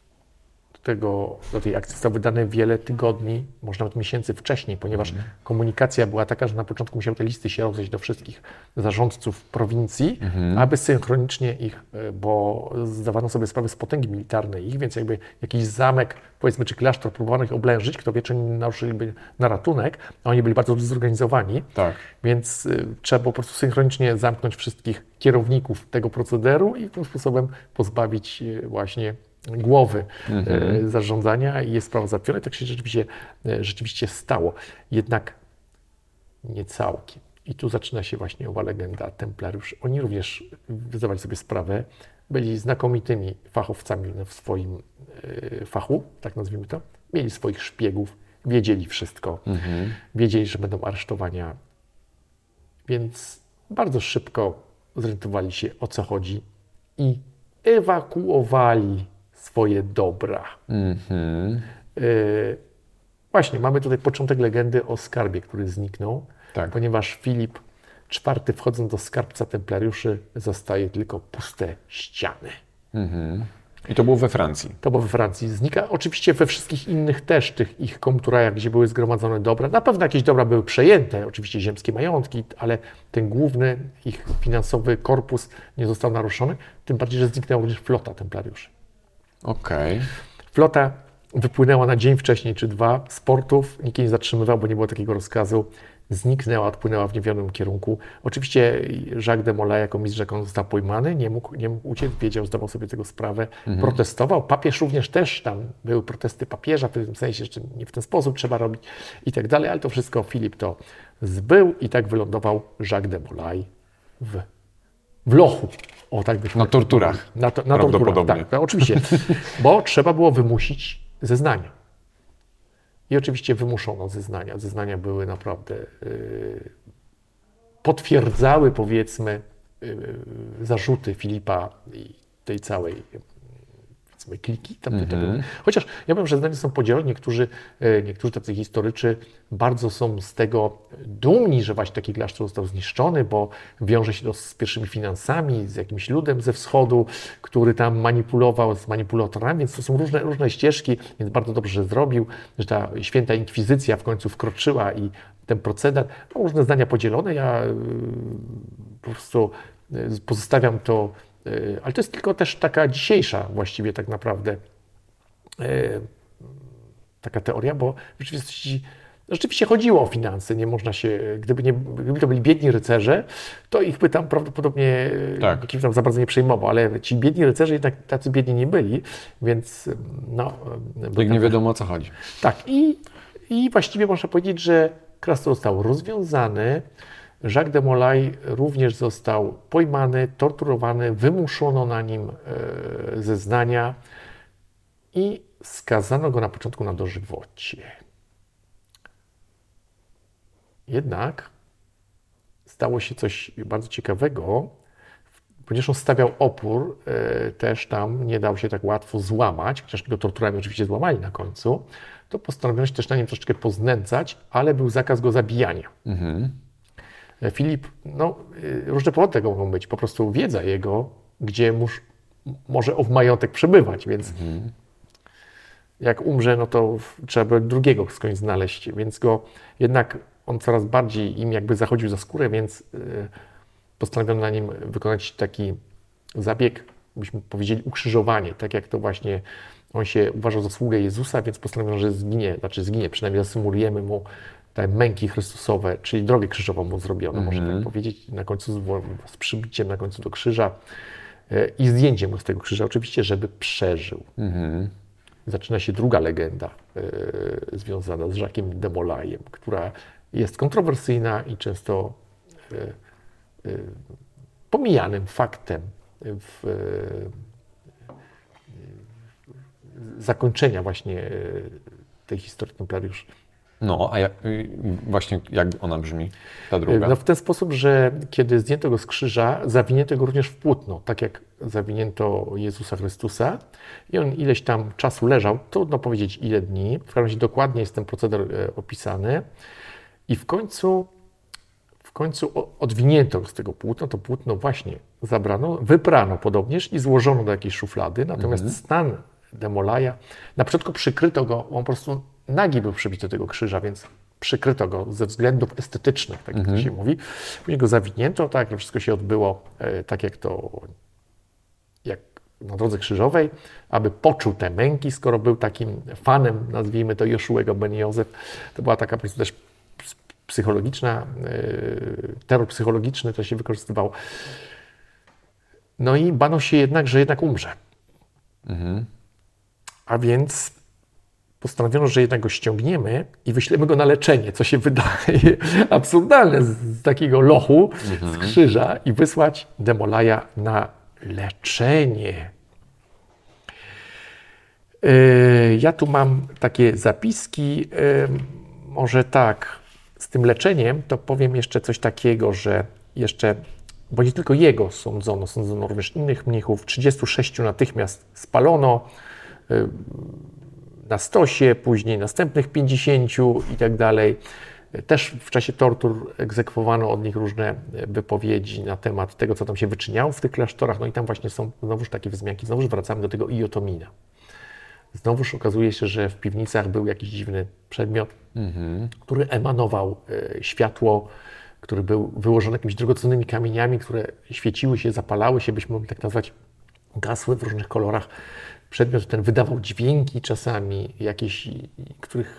Tego, do tej akcji został wydany wiele tygodni, może nawet miesięcy wcześniej, ponieważ mhm. komunikacja była taka, że na początku musiały te listy się rozejść do wszystkich zarządców prowincji, mhm. aby synchronicznie ich, bo zdawano sobie sprawę z potęgi militarnej ich, więc jakby jakiś zamek, powiedzmy, czy klasztor próbowano ich oblężyć, kto wie, czy nie naruszyliby na ratunek, a oni byli bardzo zorganizowani, tak. więc y, trzeba było po prostu synchronicznie zamknąć wszystkich kierowników tego procederu i tym sposobem pozbawić y, właśnie głowy mhm. zarządzania i jest sprawa załatwiona. Tak się rzeczywiście, rzeczywiście stało. Jednak nie całkiem. I tu zaczyna się właśnie owa legenda templariuszy. Oni również zdawali sobie sprawę, byli znakomitymi fachowcami w swoim fachu, tak nazwijmy to. Mieli swoich szpiegów, wiedzieli wszystko. Mhm. Wiedzieli, że będą aresztowania. Więc bardzo szybko zorientowali się, o co chodzi i ewakuowali swoje dobra. Mm-hmm. Yy, właśnie, mamy tutaj początek legendy o skarbie, który zniknął, tak. ponieważ Filip czwarty, wchodząc do skarbca templariuszy, zostaje tylko puste ściany. Mm-hmm. I to było we Francji? To było we Francji. Znika oczywiście we wszystkich innych też tych ich komturajach, gdzie były zgromadzone dobra. Na pewno jakieś dobra były przejęte, oczywiście ziemskie majątki, ale ten główny ich finansowy korpus nie został naruszony, tym bardziej, że zniknęła również flota templariuszy. Okej. Okay. Flota wypłynęła na dzień wcześniej czy dwa z portów, nikt jej nie zatrzymywał, bo nie było takiego rozkazu. Zniknęła, odpłynęła w niewiadomym kierunku. Oczywiście Jacques de Molay jako mistrz zakonu został pojmany, nie mógł, nie mógł uciec, wiedział, zdawał sobie tego sprawę, mhm. protestował. Papież również też, tam były protesty papieża, w tym sensie, że nie w ten sposób trzeba robić i tak dalej, ale to wszystko Filip to zbył i tak wylądował Jacques de Molay w, w lochu. O, tak byśmy na torturach. Na, to, na torturach, tak, no, oczywiście, bo trzeba było wymusić zeznania. I oczywiście wymuszono zeznania. Zeznania były naprawdę, yy, potwierdzały, powiedzmy, yy, zarzuty Filipa i tej całej powiedzmy, kliki. Tam mm-hmm. tego. Chociaż ja wiem, że zdania są podzielone. Niektórzy, yy, niektórzy tacy historycy bardzo są z tego dumni, że właśnie taki klasztor został zniszczony, bo wiąże się to z pierwszymi finansami, z jakimś ludem ze wschodu, który tam manipulował z manipulatorami, więc to są różne, różne ścieżki, więc bardzo dobrze, że zrobił, że ta święta inkwizycja w końcu wkroczyła i ten proceder, no, różne zdania podzielone, ja yy, po prostu yy, pozostawiam to, yy, ale to jest tylko też taka dzisiejsza właściwie tak naprawdę yy, taka teoria, bo w rzeczywistości Rzeczywiście chodziło o finanse, nie można się, gdyby, nie, gdyby to byli biedni rycerze, to ich by tam prawdopodobnie tak. nikt tam za bardzo nie przejmował, ale ci biedni rycerze jednak tacy biedni nie byli, więc no... Jak nie wiadomo o co chodzi. Tak i, i właściwie można powiedzieć, że klasztor został rozwiązany, Jacques de Molay również został pojmany, torturowany, wymuszono na nim e, zeznania i skazano go na początku na dożywocie. Jednak stało się coś bardzo ciekawego, ponieważ on stawiał opór, e, też tam nie dał się tak łatwo złamać, chociaż go torturami oczywiście złamali na końcu, to postanowiono się też na nim troszeczkę poznęcać, ale był zakaz go zabijania. Mhm. Filip, no e, różne powody tego mogą być, po prostu wiedza jego, gdzie musz, może ów majątek przebywać, więc mhm. jak umrze, no to trzeba by drugiego skądś znaleźć, więc go jednak on coraz bardziej im jakby zachodził za skórę, więc yy, postanowiono na nim wykonać taki zabieg, byśmy powiedzieli ukrzyżowanie, tak jak to właśnie on się uważał za sługę Jezusa, więc postanowiono, że zginie, znaczy zginie, przynajmniej zasymulujemy mu te męki Chrystusowe, czyli drogę krzyżową mu zrobiono, mm-hmm. można tak powiedzieć, na końcu z, z przybiciem na końcu do krzyża yy, i zdjęciem go z tego krzyża, oczywiście, żeby przeżył. Mm-hmm. zaczyna się druga legenda e, związana z Jacquesem de Molayem, która jest kontrowersyjna i często e, e, pomijanym faktem w e, zakończenia właśnie tej historii templariuszy. No, a jak, właśnie jak ona brzmi, ta druga? No w ten sposób, że kiedy zdjęto go z krzyża, zawinięto go również w płótno, tak jak zawinięto Jezusa Chrystusa i on ileś tam czasu leżał, trudno powiedzieć ile dni, w każdym razie dokładnie jest ten proceder opisany i w końcu, w końcu odwinięto go z tego płótna, to płótno właśnie zabrano, wyprano podobnież i złożono do jakiejś szuflady, natomiast mhm. stan de Molaya, na początku przykryto go, on po prostu nagi był przybity do tego krzyża, więc przykryto go ze względów estetycznych, tak jak mm-hmm. to się mówi. Później go zawinięto, tak, że wszystko się odbyło e, tak jak to jak na drodze krzyżowej, aby poczuł te męki, skoro był takim fanem, nazwijmy to Joshuego ben Józef. To była taka po prostu też psychologiczna, e, terror psychologiczny, to się wykorzystywało. No i bano się jednak, że jednak umrze. Mm-hmm. A więc postanowiono, że jednak go ściągniemy i wyślemy go na leczenie, co się wydaje absurdalne z, z takiego lochu, mhm. z krzyża i wysłać de Molaya na leczenie. Yy, ja tu mam takie zapiski, yy, może tak, z tym leczeniem to powiem jeszcze coś takiego, że jeszcze, bo nie tylko jego sądzono, sądzono również innych mnichów, trzydziestu sześciu natychmiast spalono, yy, na stosie, później następnych pięćdziesięciu i tak dalej. Też w czasie tortur egzekwowano od nich różne wypowiedzi na temat tego, co tam się wyczyniało w tych klasztorach. No i tam właśnie są znowuż takie wzmianki. Znowuż wracamy do tego Iotomina. Znowuż okazuje się, że w piwnicach był jakiś dziwny przedmiot, mhm. który emanował e, światło, który był wyłożony jakimiś drogocennymi kamieniami, które świeciły się, zapalały się, byśmy mogli tak nazwać, gasły w różnych kolorach. Przedmiot ten wydawał dźwięki czasami, jakieś, których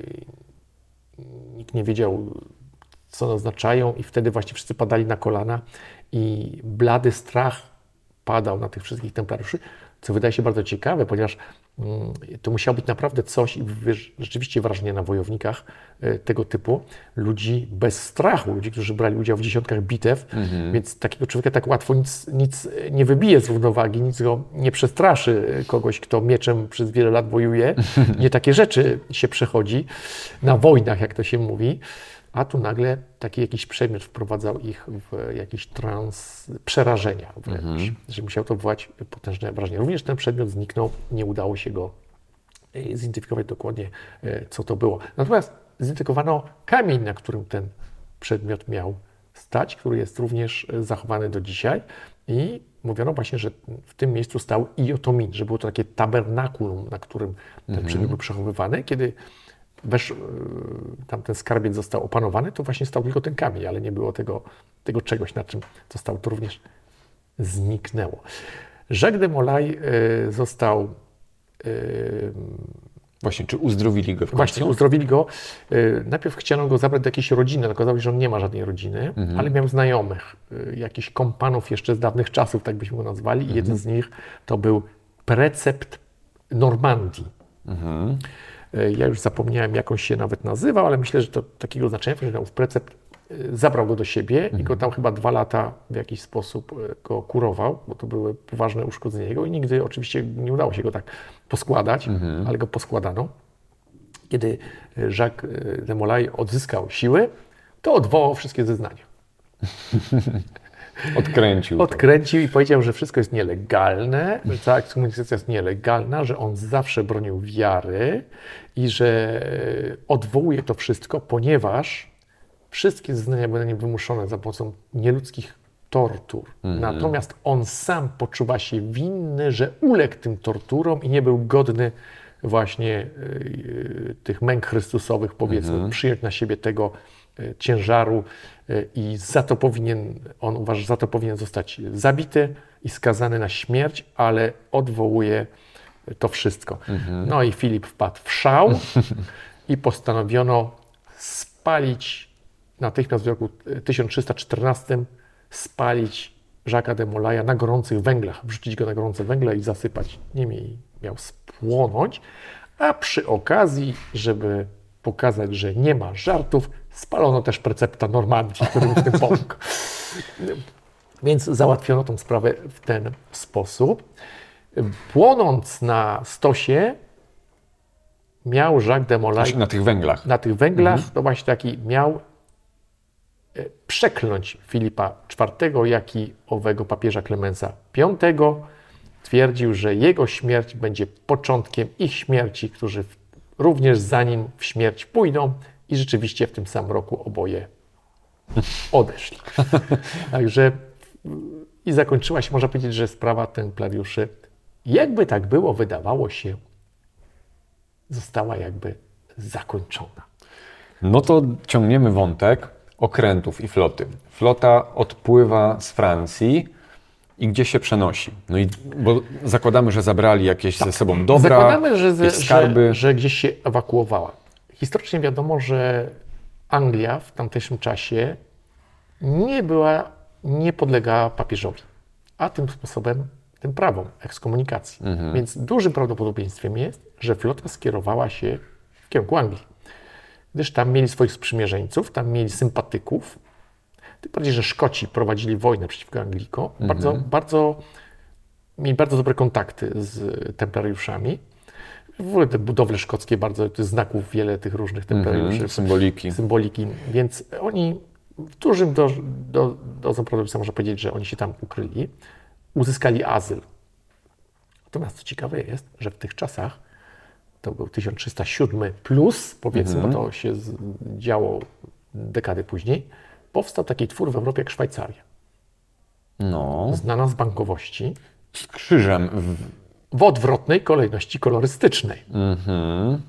nikt nie wiedział, co one oznaczają i wtedy właśnie wszyscy padali na kolana i blady strach padał na tych wszystkich templariuszy, co wydaje się bardzo ciekawe, ponieważ to musiało być naprawdę coś i rzeczywiście wrażenie na wojownikach tego typu, ludzi bez strachu, ludzi, którzy brali udział w dziesiątkach bitew, mhm. więc takiego człowieka tak łatwo nic, nic nie wybije z równowagi, nic go nie przestraszy, kogoś, kto mieczem przez wiele lat wojuje, nie takie rzeczy się przechodzi na wojnach, jak to się mówi, a tu nagle taki jakiś przedmiot wprowadzał ich w jakiś trans przerażenia wręcz, mhm. że musiał to wywołać potężne wrażenie. Również ten przedmiot zniknął, nie udało się go zidentyfikować dokładnie, co to było. Natomiast zidentyfikowano kamień, na którym ten przedmiot miał stać, który jest również zachowany do dzisiaj i mówiono właśnie, że w tym miejscu stał Iotomin, że było to takie tabernakulum, na którym ten mhm. przedmiot był przechowywany. Kiedy Wesz, tam ten skarbiec został opanowany, to właśnie stał tylko ten kamień, ale nie było tego, tego czegoś, na czym to stało, to również zniknęło. Jacques de Molay y, został... Y, właśnie, czy uzdrowili go w końcu? Właśnie, uzdrowili go. Y, najpierw chciano go zabrać do jakiejś rodziny, okazało się, że on nie ma żadnej rodziny, mhm. ale miał znajomych, y, jakichś kompanów jeszcze z dawnych czasów, tak byśmy go nazwali, mhm. i jeden z nich to był precept Normandii. Mhm. Ja już zapomniałem, jak on się nawet nazywał, ale myślę, że to takiego znaczenia, że w precept zabrał go do siebie mhm. i go tam chyba dwa lata w jakiś sposób go kurował, bo to były poważne uszkodzenia jego i nigdy oczywiście nie udało się go tak poskładać, mhm. ale go poskładano. Kiedy Jacques de Molay odzyskał siły, to odwołał wszystkie zeznania. Odkręcił. Odkręcił i powiedział, że wszystko jest nielegalne, że cała ekskomunikacja jest nielegalna, że on zawsze bronił wiary i że odwołuje to wszystko, ponieważ wszystkie zeznania były na nim wymuszone za pomocą nieludzkich tortur. Mm. Natomiast on sam poczuwa się winny, że uległ tym torturom i nie był godny właśnie y, tych męk chrystusowych, powiedzmy, mm. przyjąć na siebie tego y, ciężaru y, i za to powinien, on uważa, że za to powinien zostać zabity i skazany na śmierć, ale odwołuje to wszystko. Mm-hmm. No i Filip wpadł w szał i postanowiono spalić natychmiast w roku tysiąc trzysta czternastym spalić Jacques'a de Molaya na gorących węglach, wrzucić go na gorące węgle i zasypać nimi. Miał płonąć, a przy okazji, żeby pokazać, że nie ma żartów, spalono też precepta Normandii, który w tym pomógł. Więc załatwiono tą sprawę w ten sposób. Płonąc na stosie, miał Jacques de Molay... Znaczy na tych węglach. Na tych węglach, Mhm. to właśnie taki miał przekląć Filipa czwartego, jak i owego papieża Klemensa piątego. Twierdził, że jego śmierć będzie początkiem ich śmierci, którzy również za nim w śmierć pójdą, i rzeczywiście w tym samym roku oboje odeszli. Także i zakończyła się, można powiedzieć, że sprawa templariuszy, jakby tak było, wydawało się, została jakby zakończona. No to ciągniemy wątek okrętów i floty. Flota odpływa z Francji i gdzie się przenosi? No i bo zakładamy, że zabrali jakieś tak. ze sobą dobra, zakładamy, że, jakieś skarby. Że, że gdzieś się ewakuowała. Historycznie wiadomo, że Anglia w tamtejszym czasie nie była, nie podlegała papieżowi, a tym sposobem tym prawom ekskomunikacji. Mhm. Więc dużym prawdopodobieństwem jest, że flota skierowała się w kierunku Anglii, gdyż tam mieli swoich sprzymierzeńców, tam mieli sympatyków. Tym bardziej, że Szkoci prowadzili wojnę przeciwko Anglikom. Mhm. Bardzo, bardzo, mieli bardzo dobre kontakty z templariuszami. W ogóle te budowle szkockie, bardzo tych znaków, wiele tych różnych templariuszy. Mhm. Symboliki. Symboliki. Więc oni w dużym do, do, dozą prawdopodobieństwa można powiedzieć, że oni się tam ukryli. Uzyskali azyl. Natomiast co ciekawe jest, że w tych czasach, to był tysiąc trzysta siedem plus, powiedzmy, mhm. bo to się działo dekady później, powstał taki twór w Europie jak Szwajcaria. No. Znana z bankowości. Z krzyżem. W, w odwrotnej kolejności kolorystycznej. Mhm.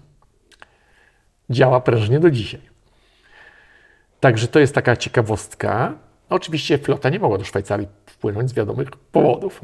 Działa prężnie do dzisiaj. Także to jest taka ciekawostka. Oczywiście flota nie mogła do Szwajcarii wpłynąć z wiadomych powodów.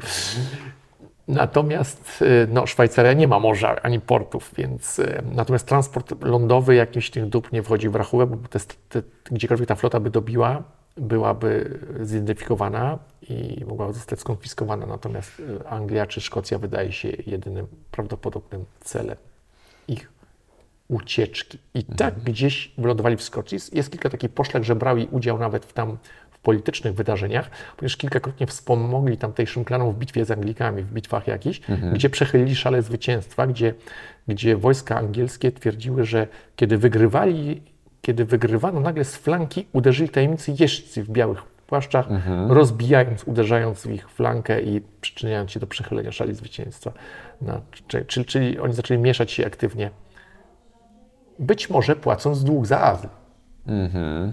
Natomiast no, Szwajcaria nie ma morza ani portów, więc natomiast transport lądowy jakiś tych dóbr nie wchodził w rachubę, bo te, te, gdziekolwiek ta flota by dobiła, byłaby zidentyfikowana i mogła zostać skonfiskowana. Natomiast Anglia czy Szkocja wydaje się jedynym prawdopodobnym celem ich ucieczki. I mhm. tak gdzieś wylądowali w Szkocji. Jest kilka takich poszlak, że brali udział nawet w tam politycznych wydarzeniach, ponieważ kilkakrotnie wspomogli tamtejszym klanom w bitwie z Anglikami, w bitwach jakichś, mhm. gdzie przechylili szale zwycięstwa, gdzie, gdzie wojska angielskie twierdziły, że kiedy wygrywali, kiedy wygrywano, nagle z flanki uderzyli tajemnicy jeźdźcy w białych płaszczach, mhm. rozbijając, uderzając w ich flankę i przyczyniając się do przechylenia szali zwycięstwa. No, czyli, czyli oni zaczęli mieszać się aktywnie, być może płacąc dług za azyl. Mhm.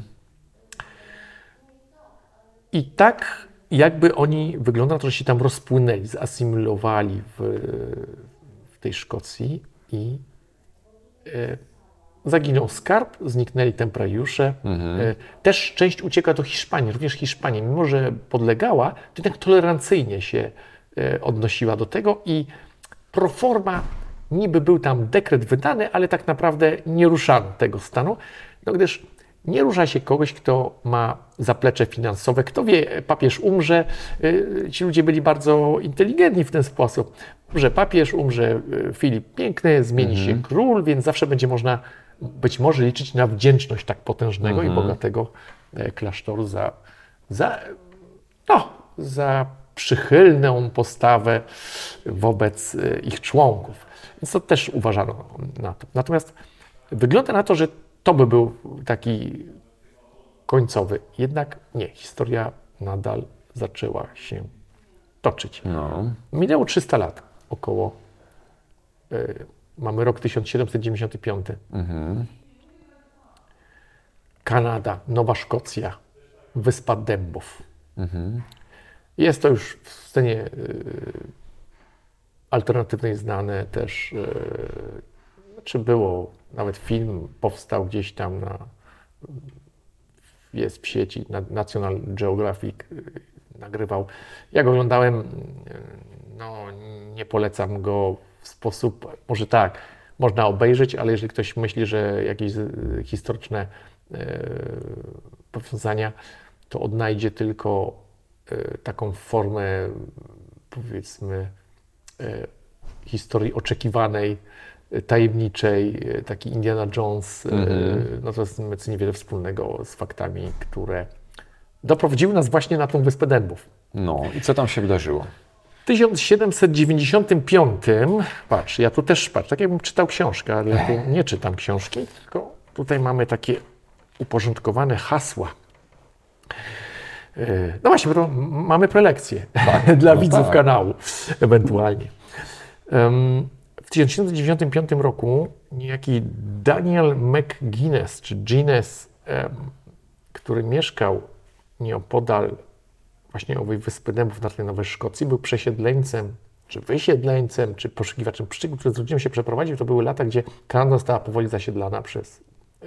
I tak jakby oni, wygląda na to, że się tam rozpłynęli, zasymilowali w, w tej Szkocji i e, zaginął skarb, zniknęli templariusze. Mhm. E, też część ucieka do Hiszpanii, również Hiszpania, mimo że podlegała, to jednak tolerancyjnie się e, odnosiła do tego i pro forma niby był tam dekret wydany, ale tak naprawdę nie ruszano tego stanu, no gdyż nie rusza się kogoś, kto ma zaplecze finansowe. Kto wie, papież umrze. Ci ludzie byli bardzo inteligentni w ten sposób, że papież umrze, Filip Piękny, zmieni mhm. się król, więc zawsze będzie można być może liczyć na wdzięczność tak potężnego mhm. i bogatego klasztoru za, za, no, za przychylną postawę wobec ich członków. Więc to też uważano na to. Natomiast wygląda na to, że to by był taki końcowy. Jednak nie, historia nadal zaczęła się toczyć. No. Minęło trzysta lat około. Y, mamy rok tysiąc siedemset dziewięćdziesiąty piąty. Mhm. Kanada, Nowa Szkocja, Wyspa Dębów. Mhm. Jest to już w scenie y, alternatywnej znane też, y, czy było, nawet film powstał gdzieś tam, na, jest w sieci, National Geographic nagrywał. Jak oglądałem, no nie polecam go w sposób, może tak, można obejrzeć, ale jeżeli ktoś myśli, że jakieś historyczne e, powiązania, to odnajdzie tylko e, taką formę, powiedzmy, e, historii oczekiwanej, tajemniczej, taki Indiana Jones, mm-hmm. natomiast mamy niewiele wspólnego z faktami, które doprowadziły nas właśnie na tą Wyspę Dębów. No i co tam się wydarzyło? W tysiąc siedemset dziewięćdziesiątym piątym, patrz, ja tu też, patrz, tak jakbym czytał książkę, ale ja tu nie czytam książki, tylko tutaj mamy takie uporządkowane hasła. No właśnie, bo mamy prelekcje tak, dla no widzów tak. kanału, ewentualnie. Um, w tysiąc siedemset dziewięćdziesiątym piątym roku niejaki Daniel McGuinness, czy Guinness, um, który mieszkał nieopodal właśnie owej Wyspy Dębów na tle Nowej Szkocji, był przesiedleńcem, czy wysiedleńcem, czy poszukiwaczem przygód, który z rodziną się przeprowadził. To były lata, gdzie Kanada została powoli zasiedlana przez, yy,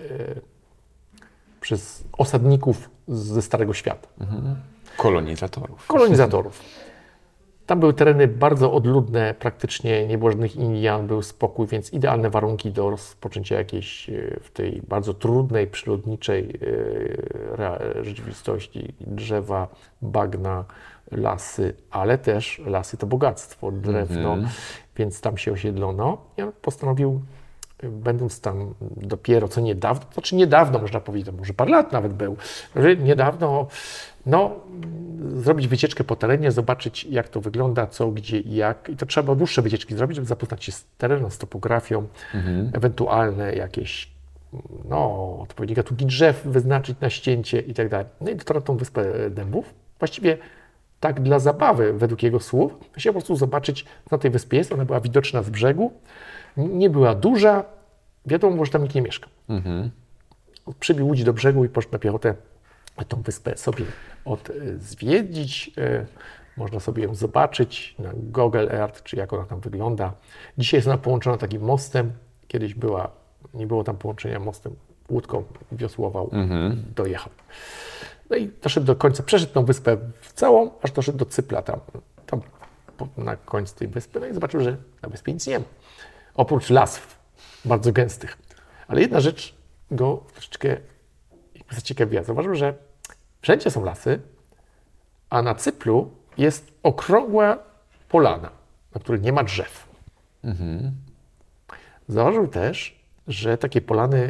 przez osadników ze Starego Świata. Mhm. Kolonizatorów. Kolonizatorów. Tam były tereny bardzo odludne, praktycznie nie było żadnych Indian, był spokój, więc idealne warunki do rozpoczęcia jakiejś w tej bardzo trudnej, przyrodniczej rzeczywistości. Drzewa, bagna, lasy, ale też lasy to bogactwo, drewno, mm-hmm. więc tam się osiedlono. Ja postanowił, będąc tam dopiero co niedawno, to znaczy niedawno można powiedzieć, to może parę lat nawet był, że niedawno, no, zrobić wycieczkę po terenie, zobaczyć jak to wygląda, co, gdzie i jak. I to trzeba było dłuższe wycieczki zrobić, żeby zapoznać się z terenem, z topografią, mhm. ewentualne jakieś, no, odpowiednie gatunki drzew wyznaczyć na ścięcie i tak dalej. No i dotarł na tą Wyspę Dębów. Właściwie tak dla zabawy, według jego słów, chciał po prostu zobaczyć, co na tej wyspie jest. Ona była widoczna z brzegu, nie była duża, wiadomo, że tam nikt nie mieszka. Mhm. Przybił łódź do brzegu i poszedł na piechotę tą wyspę sobie odzwiedzić. Można sobie ją zobaczyć na Google Earth, czy jak ona tam wygląda. Dzisiaj jest ona połączona takim mostem. Kiedyś była, nie było tam połączenia mostem, łódką wiosłował, mm-hmm. dojechał. No i doszedł do końca, przeszedł tą wyspę w całą, aż doszedł do Cypla tam, tam na końcu tej wyspy. No i zobaczył, że na wyspie nic nie ma. Oprócz lasów, bardzo gęstych. Ale jedna rzecz go troszeczkę zaciekawiła. Zauważył, że wszędzie są lasy, a na Cyplu jest okrągła polana, na której nie ma drzew. Mhm. Zauważył też, że takie polany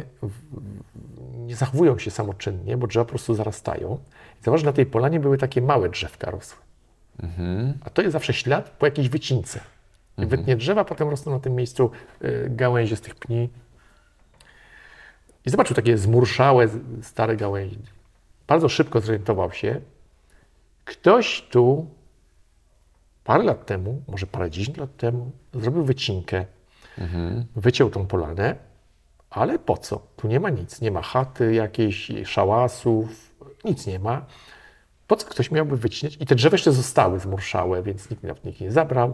nie zachowują się samoczynnie, bo drzewa po prostu zarastają. Zauważył, że na tej polanie były takie małe drzewka rosły. Mhm. A to jest zawsze ślad po jakiejś wycince. Mhm. Wytnie drzewa, potem rosną na tym miejscu y, gałęzie z tych pni. I zobaczył takie zmurszałe, stare gałęzie. Bardzo szybko zorientował się, ktoś tu parę lat temu, może parędziesiąt lat temu, zrobił wycinkę, mhm. wyciął tą polanę, ale po co? Tu nie ma nic, nie ma chaty jakiejś, szałasów, nic nie ma. Po co ktoś miałby wycinać? I te drzewa jeszcze zostały zmurszałe, więc nikt nawet nikt nie zabrał.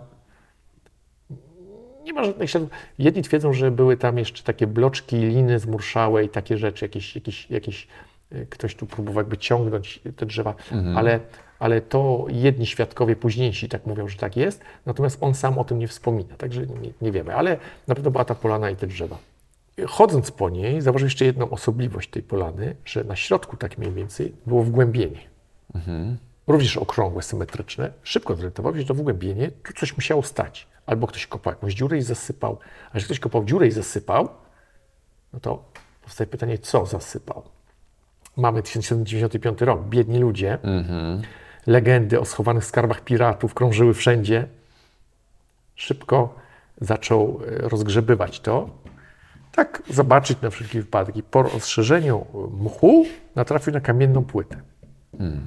Nie ma żadnych śladów. Jedni twierdzą, że były tam jeszcze takie bloczki, liny zmurszałe i takie rzeczy, jakieś, jakieś, jakieś ktoś tu próbował jakby ciągnąć te drzewa, mhm. ale, ale to jedni świadkowie późniejsi tak mówią, że tak jest, natomiast on sam o tym nie wspomina, także nie, nie wiemy, ale na pewno była ta polana i te drzewa. Chodząc po niej, zauważył jeszcze jedną osobliwość tej polany, że na środku tak mniej więcej było wgłębienie. Mhm. Również okrągłe, symetryczne. Szybko zorientował się, że to wgłębienie, tu coś musiało stać. Albo ktoś kopał jakąś dziurę i zasypał. A jeśli ktoś kopał dziurę i zasypał, no to powstaje pytanie, co zasypał? Mamy tysiąc siedemset dziewięćdziesiąty piąty rok, biedni ludzie, mm-hmm. legendy o schowanych skarbach piratów krążyły wszędzie. Szybko zaczął rozgrzebywać to. Tak zobaczyć na wszelki wypadek. I po rozszerzeniu mchu natrafił na kamienną płytę. Mm.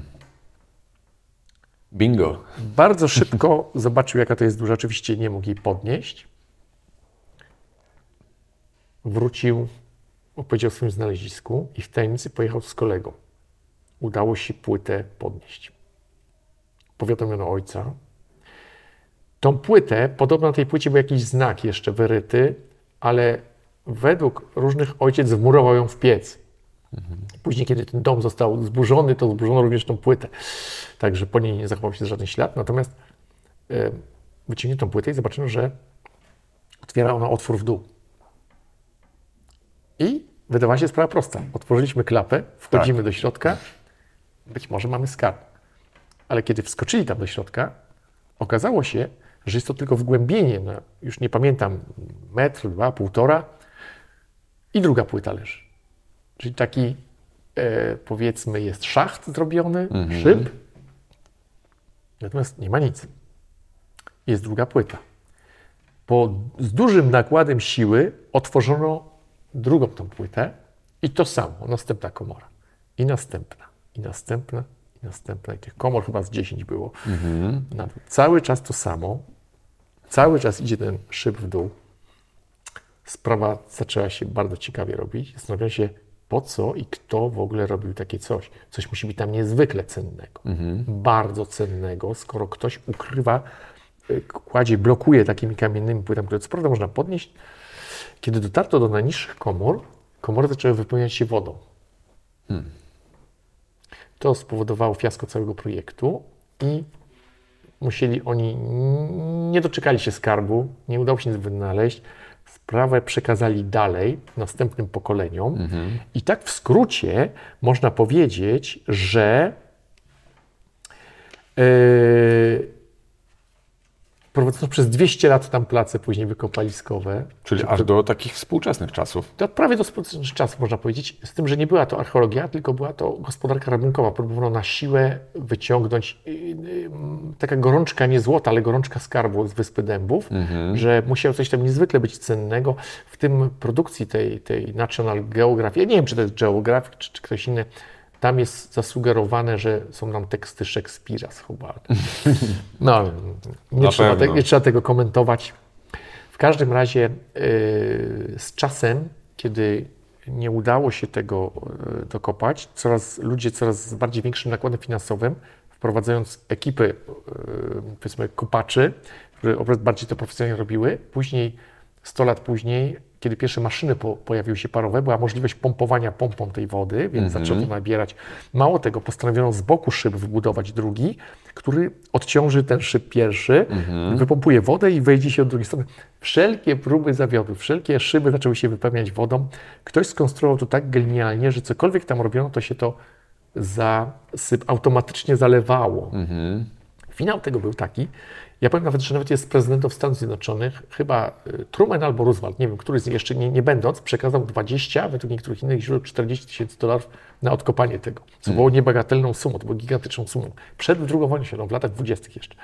Bingo. Bardzo szybko zobaczył, jaka to jest duża. Oczywiście nie mógł jej podnieść. Wrócił, opowiedział o swoim znalezisku i w tajemnicy pojechał z kolegą. Udało się płytę podnieść. Powiadomiono ojca. Tą płytę, podobno na tej płycie był jakiś znak jeszcze wyryty, ale według różnych ojciec wmurował ją w piec. Mhm. Później, kiedy ten dom został zburzony, to zburzono również tą płytę. Także po niej nie zachował się żaden ślad. Natomiast e, wyciągnięto tą płytę i zobaczyno, że otwiera ona otwór w dół. I wydawała się sprawa prosta. Otworzyliśmy klapę, wchodzimy tak. do środka, być może mamy skarb. Ale kiedy wskoczyli tam do środka, okazało się, że jest to tylko wgłębienie, no, już nie pamiętam, metr, dwa, półtora i druga płyta leży. Czyli taki, e, powiedzmy, jest szacht zrobiony, mhm. szyb, natomiast nie ma nic. Jest druga płyta. Po, z dużym nakładem siły otworzono drugą tą płytę i to samo, następna komora. I następna, i następna, i następna. I tych komor chyba z dziesięć było. Mhm. Na, cały czas to samo. Cały czas idzie ten szyb w dół. Sprawa zaczęła się bardzo ciekawie robić. Zastanawiam się, po co i kto w ogóle robił takie coś. Coś musi być tam niezwykle cennego. Mhm. Bardzo cennego, skoro ktoś ukrywa, kładzie, blokuje takimi kamiennymi płytami, które co prawda można podnieść. Kiedy dotarto do najniższych komór, komory zaczęły wypełniać się wodą. Hmm. To spowodowało fiasko całego projektu i musieli oni, nie doczekali się skarbu, nie udało się nic wynaleźć, sprawę przekazali dalej następnym pokoleniom mhm. i tak w skrócie można powiedzieć, że yy, prowadzono przez dwieście lat tam place później wykopaliskowe. Czyli aż do takich współczesnych czasów. To prawie do współczesnych czasów można powiedzieć, z tym, że nie była to archeologia, tylko była to gospodarka rabunkowa. Próbowano na siłę wyciągnąć, yy, yy, taka gorączka, nie złota, ale gorączka skarbu z Wyspy Dębów, mhm. że musiało coś tam niezwykle być cennego. W tym produkcji tej, tej National Geographic, ja nie wiem, czy to jest Geographic, czy, czy ktoś inny, tam jest zasugerowane, że są nam teksty Szekspira schowane. No, nie trzeba, te, nie trzeba tego komentować. W każdym razie yy, z czasem, kiedy nie udało się tego yy, dokopać, coraz, ludzie coraz z bardziej większym nakładem finansowym, wprowadzając ekipy yy, powiedzmy kopaczy, które bardziej to profesjonalnie robiły, później, sto lat później, kiedy pierwsze maszyny po, pojawiły się parowe, była możliwość pompowania pompą tej wody, więc mm-hmm. zaczęto nabierać. Mało tego, postanowiono z boku szyb wybudować drugi, który odciąży ten szyb pierwszy, mm-hmm. wypompuje wodę i wejdzie się od drugiej strony. Wszelkie próby zawiodły, wszelkie szyby zaczęły się wypełniać wodą. Ktoś skonstruował to tak genialnie, że cokolwiek tam robiono, to się to zasyp, automatycznie zalewało. Mm-hmm. Finał tego był taki, ja powiem nawet, że nawet jest prezydentów Stanów Zjednoczonych, chyba Truman albo Roosevelt, nie wiem, który z nich jeszcze nie, nie będąc, przekazał dwadzieścia, według niektórych innych źródeł czterdzieści tysięcy dolarów na odkopanie tego, co było niebagatelną sumą, to było gigantyczną sumą. Przed drugą wojną światową, w latach dwudziestych jeszcze.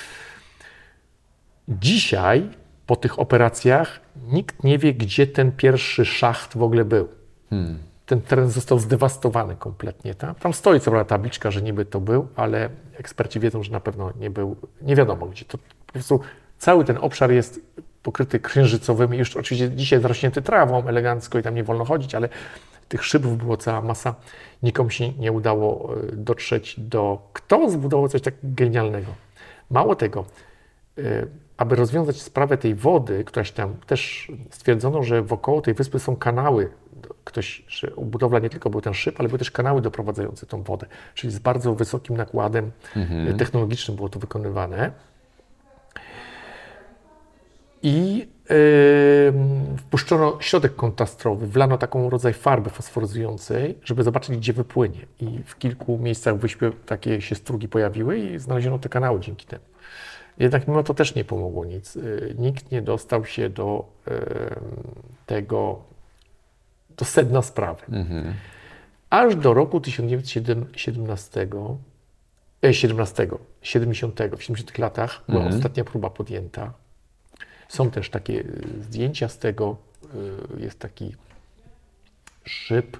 Dzisiaj, po tych operacjach, nikt nie wie, gdzie ten pierwszy szacht w ogóle był. Hmm. Ten teren został zdewastowany kompletnie. Tam, tam stoi co prawda tabliczka, że niby to był, ale eksperci wiedzą, że na pewno nie był, nie wiadomo gdzie. To po prostu cały ten obszar jest pokryty księżycowymi, już oczywiście dzisiaj zarośnięty trawą elegancko i tam nie wolno chodzić, ale tych szybów było cała masa. Nikomu się nie udało dotrzeć do, kto zbudował coś tak genialnego. Mało tego, aby rozwiązać sprawę tej wody, któraś tam też stwierdzono, że wokoło tej wyspy są kanały. Ktoś, że budowla nie tylko był ten szyb, ale były też kanały doprowadzające tą wodę, czyli z bardzo wysokim nakładem mhm. technologicznym było to wykonywane. I yy, wpuszczono środek kontrastrowy, wlano taką rodzaj farby fosforyzującej, żeby zobaczyć, gdzie wypłynie. I w kilku miejscach w wyspie takie się strugi pojawiły i znaleziono te kanały dzięki temu. Jednak mimo to też nie pomogło nic. Yy, nikt nie dostał się do yy, tego, do sedna sprawy. Mhm. Aż do roku tysiąc dziewięćset siedemnastego, e, siedemnastego, siedemdziesiątego, w siedemdziesiątych latach była mhm. ostatnia próba podjęta. Są też takie zdjęcia z tego. Jest taki szyb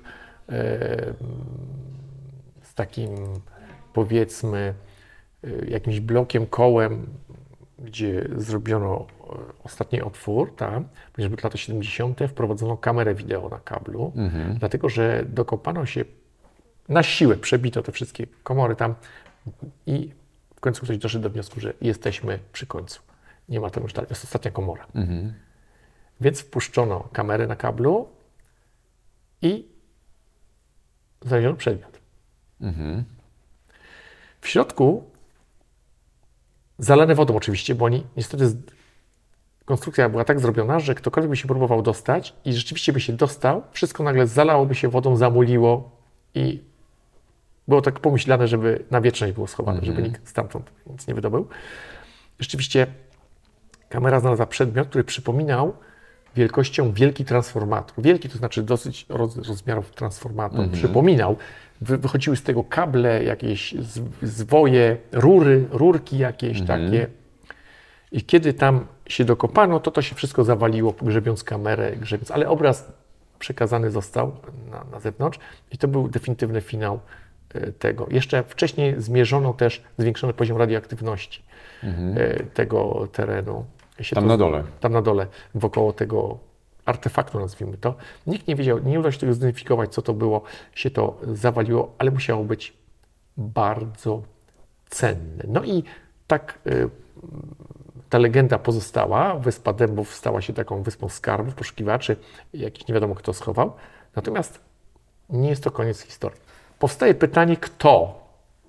z takim, powiedzmy, jakimś blokiem, kołem, gdzie zrobiono ostatni otwór, tam, ponieważ były lata siedemdziesiąte, wprowadzono kamerę wideo na kablu, mhm. dlatego że dokopano się na siłę, przebito te wszystkie komory tam i w końcu ktoś doszedł do wniosku, że jesteśmy przy końcu. Nie ma tego już dalej, to jest ostatnia komora. Mhm. Więc wpuszczono kamerę na kablu i znaleziono przedmiot. Mhm. W środku zalane wodą oczywiście, bo oni niestety z... konstrukcja była tak zrobiona, że ktokolwiek by się próbował dostać i rzeczywiście by się dostał, wszystko nagle zalałoby się wodą, zamuliło i było tak pomyślane, żeby na wieczność było schowane, mm-hmm. żeby nikt stamtąd nic nie wydobył. Rzeczywiście kamera znalazła przedmiot, który przypominał wielkością wielki transformator. Wielki to znaczy dosyć roz, rozmiarów transformator. Mhm. Przypominał. Wy, wychodziły z tego kable, jakieś z, zwoje, rury, rurki jakieś mhm. takie. I kiedy tam się dokopano, to to się wszystko zawaliło, grzebiąc kamerę, grzebiąc, ale obraz przekazany został na, na zewnątrz i to był definitywny finał y, tego. Jeszcze wcześniej zmierzono też zwiększony poziom radioaktywności mhm. y, tego terenu. Tam to, na dole. Tam na dole, wokoło tego artefaktu, nazwijmy to. Nikt nie wiedział, nie udało się tego zidentyfikować, co to było, się to zawaliło, ale musiało być bardzo cenne. No i tak y, ta legenda pozostała. Wyspa Dębów stała się taką wyspą skarbów, poszukiwaczy, jakiś nie wiadomo kto schował. Natomiast nie jest to koniec historii. Powstaje pytanie, kto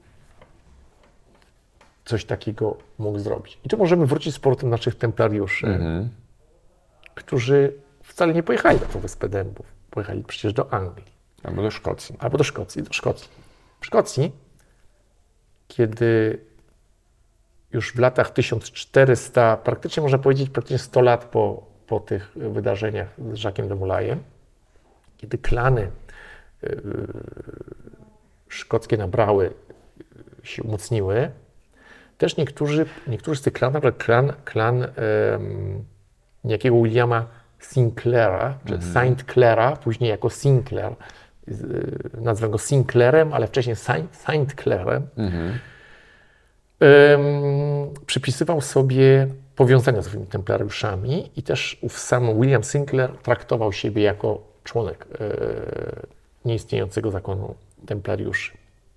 coś takiego mógł zrobić. I tu możemy wrócić z powrotem naszych templariuszy, mm-hmm. którzy wcale nie pojechali na tą Wyspę Dębów. Pojechali przecież do Anglii. Albo do Szkocji. Albo do Szkocji. Do Szkocji. W Szkocji, kiedy już w latach tysiąc czterysta, praktycznie można powiedzieć praktycznie sto lat po, po tych wydarzeniach z Jacques'em de Molayem, kiedy klany yy, szkockie nabrały, się umocniły, też niektórzy, niektórzy z tych klanów, na przykład klan, klan yy, niejakiego Williama Sinclaira, czy mm-hmm. Saint Claira, później jako Sinclair, yy, nazwę go Sinclairem, ale wcześniej Saint, Saint Clairem, mm-hmm. Ym, przypisywał sobie powiązania z swoimi templariuszami i też ów sam William Sinclair traktował siebie jako członek yy, nieistniejącego zakonu templariuszy.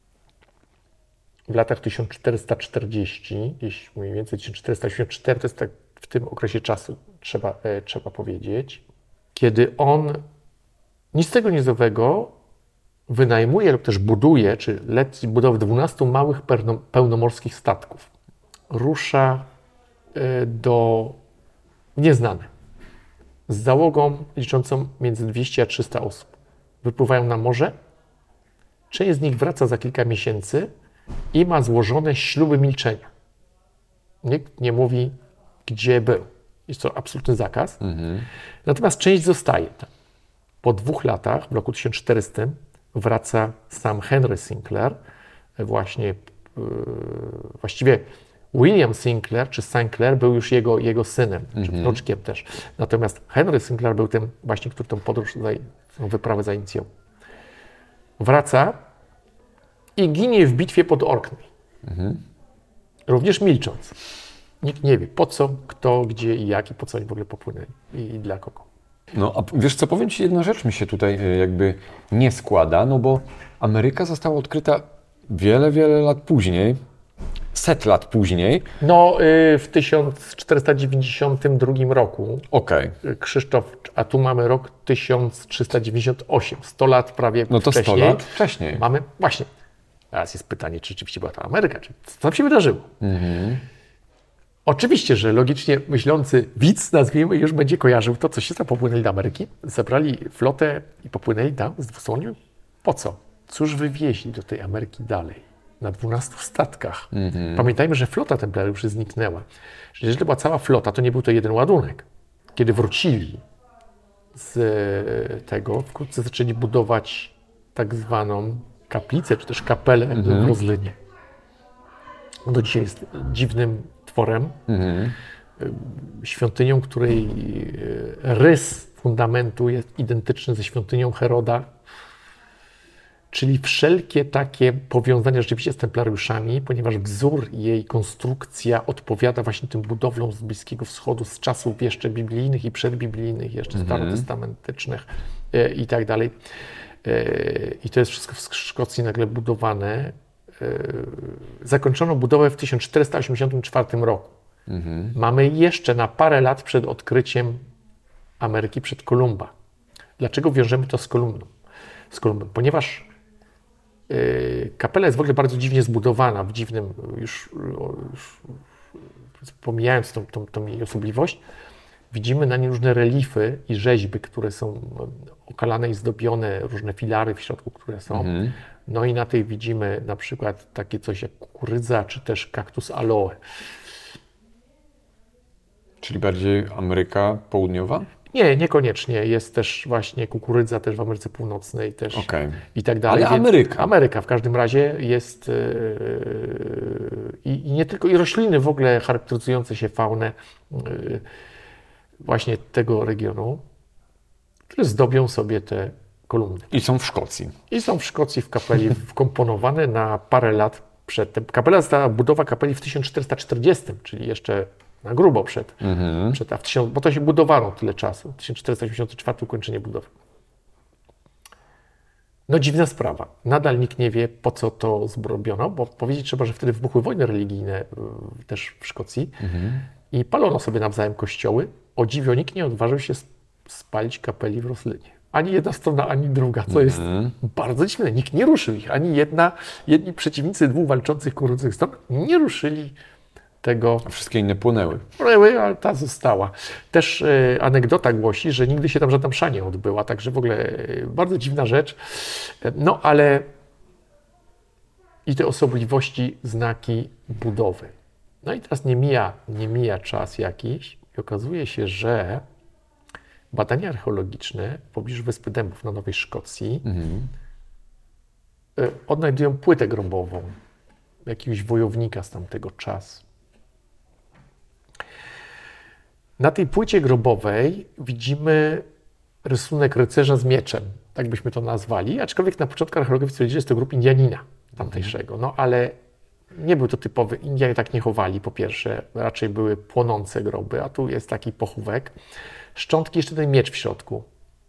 W latach tysiąc czterysta czterdzieści, gdzieś mniej więcej tysiąc czterysta osiemdziesiąt cztery, to jest tak w tym okresie czasu, trzeba, yy, trzeba powiedzieć, kiedy on nic z tego nizowego wynajmuje lub też buduje, czy leci budowę dwunastu małych pełnomorskich statków. Rusza do nieznane, z załogą liczącą między dwieście a trzysta osób. Wypływają na morze, część z nich wraca za kilka miesięcy i ma złożone śluby milczenia. Nikt nie mówi, gdzie był. Jest to absolutny zakaz. Mhm. Natomiast część zostaje tam. Po dwóch latach, w roku tysiąc czterystym, wraca sam Henry Sinclair, właśnie yy, właściwie William Sinclair czy Sinclair był już jego, jego synem, mm-hmm. czy wnuczkiem też. Natomiast Henry Sinclair był tym właśnie, który tą podróż, tą wyprawę zainicjował. Wraca i ginie w bitwie pod Orkney. Mm-hmm. Również milcząc. Nikt nie wie po co, kto, gdzie i jak i po co oni w ogóle popłynęli i, i dla kogo. No, a wiesz co, powiem Ci, jedna rzecz mi się tutaj jakby nie składa, no bo Ameryka została odkryta wiele, wiele lat później, set lat później. No, yy, w tysiąc czterysta dziewięćdziesiątym drugim roku. Okej. Okay. Krzysztof, a tu mamy rok tysiąc trzysta dziewięćdziesiąt osiem, sto lat prawie no to wcześniej. sto lat wcześniej. Mamy, właśnie, teraz jest pytanie, czy rzeczywiście była to Ameryka, czy co tam się wydarzyło. Mhm. Oczywiście, że logicznie myślący widz, nazwijmy, już będzie kojarzył to, co się tam popłynęli do Ameryki. Zabrali flotę i popłynęli tam z dwusłoniu. Po co? Cóż wywieźli do tej Ameryki dalej? Na dwunastu statkach. Mm-hmm. Pamiętajmy, że flota templariuszy zniknęła. Że jeżeli to była cała flota, to nie był to jeden ładunek. Kiedy wrócili z tego, wkrótce zaczęli budować tak zwaną kaplicę, czy też kapelę mm-hmm. w Rozlynie. Do dzisiaj jest dziwnym tworem, mm-hmm. świątynią, której rys fundamentu jest identyczny ze świątynią Heroda, czyli wszelkie takie powiązania rzeczywiście z templariuszami, ponieważ wzór i jej konstrukcja odpowiada właśnie tym budowlom z Bliskiego Wschodu, z czasów jeszcze biblijnych i przedbiblijnych, jeszcze mm-hmm. starotestamentycznych i tak dalej. I to jest wszystko w Szkocji nagle budowane. Zakończono budowę w tysiąc czterysta osiemdziesiątym czwartym roku. Mhm. Mamy jeszcze na parę lat przed odkryciem Ameryki, przed Kolumba. Dlaczego wiążemy to z Kolumbą? Z Kolumbem? Ponieważ yy, kapela jest w ogóle bardzo dziwnie zbudowana, w dziwnym, już, już pomijając tą, tą, tą jej osobliwość, widzimy na niej różne reliefy i rzeźby, które są okalane i zdobione, różne filary w środku, które są. Mhm. No i na tej widzimy na przykład takie coś jak kukurydza, czy też kaktus aloe. Czyli bardziej Ameryka Południowa? Nie, niekoniecznie. Jest też właśnie kukurydza też w Ameryce Północnej też Okay. i tak dalej. Ale Ameryka. Ameryka w każdym razie jest yy, i nie tylko, i rośliny w ogóle charakteryzujące się faunę yy, właśnie tego regionu, które zdobią sobie te kolumny. I są w Szkocji. I są w Szkocji w kapeli wkomponowane na parę lat przedtem. Kapela została, budowa kapeli w tysiąc czterysta czterdziestym, czyli jeszcze na grubo przed, Mhm. przed a w tysiąc, bo to się budowano tyle czasu. tysiąc czterysta osiemdziesiąty czwarty ukończenie budowy. No dziwna sprawa. Nadal nikt nie wie, po co to zrobiono, bo powiedzieć trzeba, że wtedy wybuchły wojny religijne y, też w Szkocji Mhm. i palono sobie nawzajem kościoły. O dziwo, nikt nie odważył się spalić kapeli w Roslynie. Ani jedna strona, ani druga, co jest Mhm. bardzo dziwne. Nikt nie ruszył ich. Ani jedna, jedni przeciwnicy dwóch walczących kurujących stron nie ruszyli tego. A wszystkie inne płynęły. Ale ta została. Też e, anegdota głosi, że nigdy się tam żadna msza nie odbyła, także w ogóle e, bardzo dziwna rzecz. E, no ale i te osobliwości, znaki budowy. No i teraz nie mija, nie mija czas jakiś i okazuje się, że badania archeologiczne w pobliżu Wyspy Dębów na Nowej Szkocji Mhm. e, odnajdują płytę grobową jakiegoś wojownika z tamtego czasu. Na tej płycie grobowej widzimy rysunek rycerza z mieczem, tak byśmy to nazwali, aczkolwiek na początku archeologowie stwierdzili, że jest to grup Indianina tamtejszego, no ale nie był to typowy, Indianie tak nie chowali, po pierwsze, raczej były płonące groby, a tu jest taki pochówek, szczątki, jeszcze ten miecz w środku.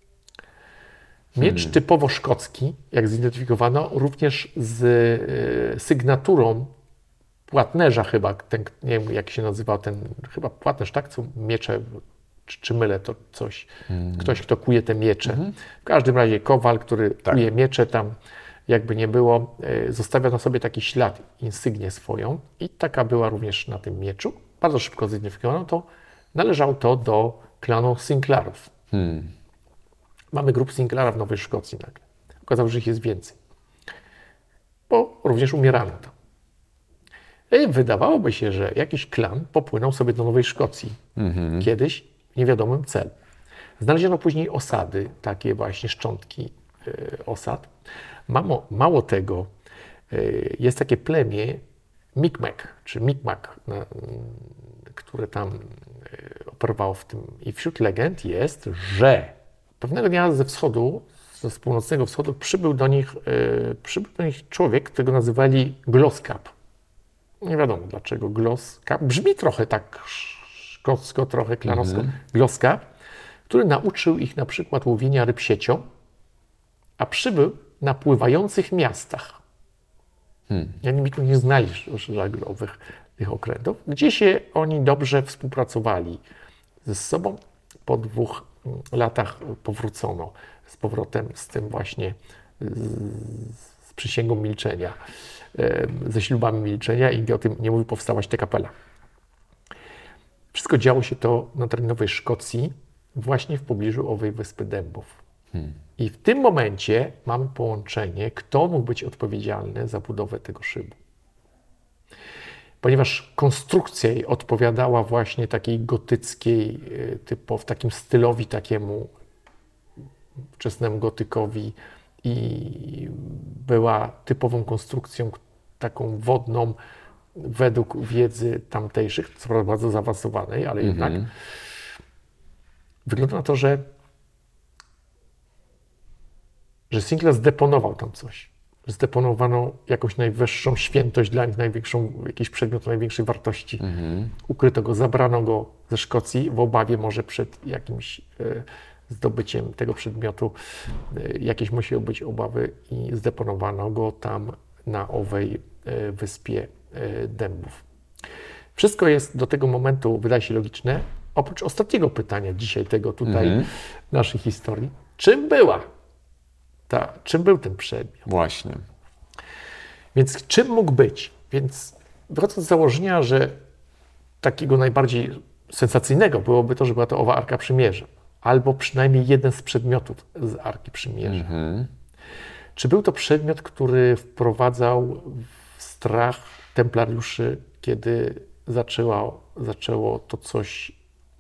Miecz Hmm. typowo szkocki, jak zidentyfikowano, również z y, sygnaturą płatnerza chyba, ten, nie wiem jak się nazywał ten, chyba płatnerz, tak? Co miecze, czy, czy mylę to coś, Hmm. ktoś, kto kuje te miecze. Mhm. W każdym razie kowal, który Tak. kuje miecze tam, jakby nie było, y, zostawia na sobie taki ślad, insygnię swoją i taka była również na tym mieczu. Bardzo szybko zidentyfikowano to. Należało to do klanu Sinclairów. Hmm. Mamy grup Sinclaira w Nowej Szkocji nagle. Okazało się, że ich jest więcej. Bo również umierano tam. I wydawałoby się, że jakiś klan popłynął sobie do Nowej Szkocji. Mhm. Kiedyś w niewiadomym celu. Znaleziono później osady, takie właśnie szczątki y, osad. Mało, mało tego, y, jest takie plemię Mi'kmaq, czy Mi'kmaq, na, y, które tam y, operowało w tym. I wśród legend jest, że pewnego dnia ze wschodu, z północnego wschodu przybył do nich, y, przybył do nich człowiek, którego nazywali Gloskap. Nie wiadomo dlaczego Gloskap. Brzmi trochę tak szkocko, trochę klanowsko. Mhm. Gloskap, który nauczył ich na przykład łowienia ryb siecią, a przybył na pływających miastach. Hmm. Oni tu nie znali żaglowych tych okrętów, gdzie się oni dobrze współpracowali ze sobą. Po dwóch latach powrócono z powrotem z tym właśnie z, z przysięgą milczenia, e, ze ślubami milczenia i o tym nie mówi powstawać ta kapela. Wszystko działo się to na terenowej Szkocji, właśnie w pobliżu owej Wyspy Dębów. Hmm. I w tym momencie mamy połączenie, kto mógł być odpowiedzialny za budowę tego szybu. Ponieważ konstrukcja jej odpowiadała właśnie takiej gotyckiej, typu w takim stylowi takiemu wczesnemu gotykowi i była typową konstrukcją taką wodną według wiedzy tamtejszych, co prawda bardzo zaawansowanej, ale jednak Mhm. wygląda na to, że że Sinclair zdeponował tam coś. Zdeponowano jakąś najwyższą świętość dla nich, największą, jakiś przedmiot o największej wartości. Mhm. Ukryto go, zabrano go ze Szkocji w obawie może przed jakimś e, zdobyciem tego przedmiotu. E, jakieś musiały być obawy i zdeponowano go tam na owej e, wyspie e, Dębów. Wszystko jest do tego momentu, wydaje się logiczne, oprócz ostatniego pytania dzisiaj tego tutaj Mhm. naszej historii. Czym była ta, czym był ten przedmiot? Właśnie. Więc czym mógł być? Więc wychodząc z założenia, że takiego najbardziej sensacyjnego byłoby to, że była to owa Arka Przymierza, albo przynajmniej jeden z przedmiotów z Arki Przymierza. Mhm. Czy był to przedmiot, który wprowadzał w strach templariuszy, kiedy zaczęło, zaczęło to coś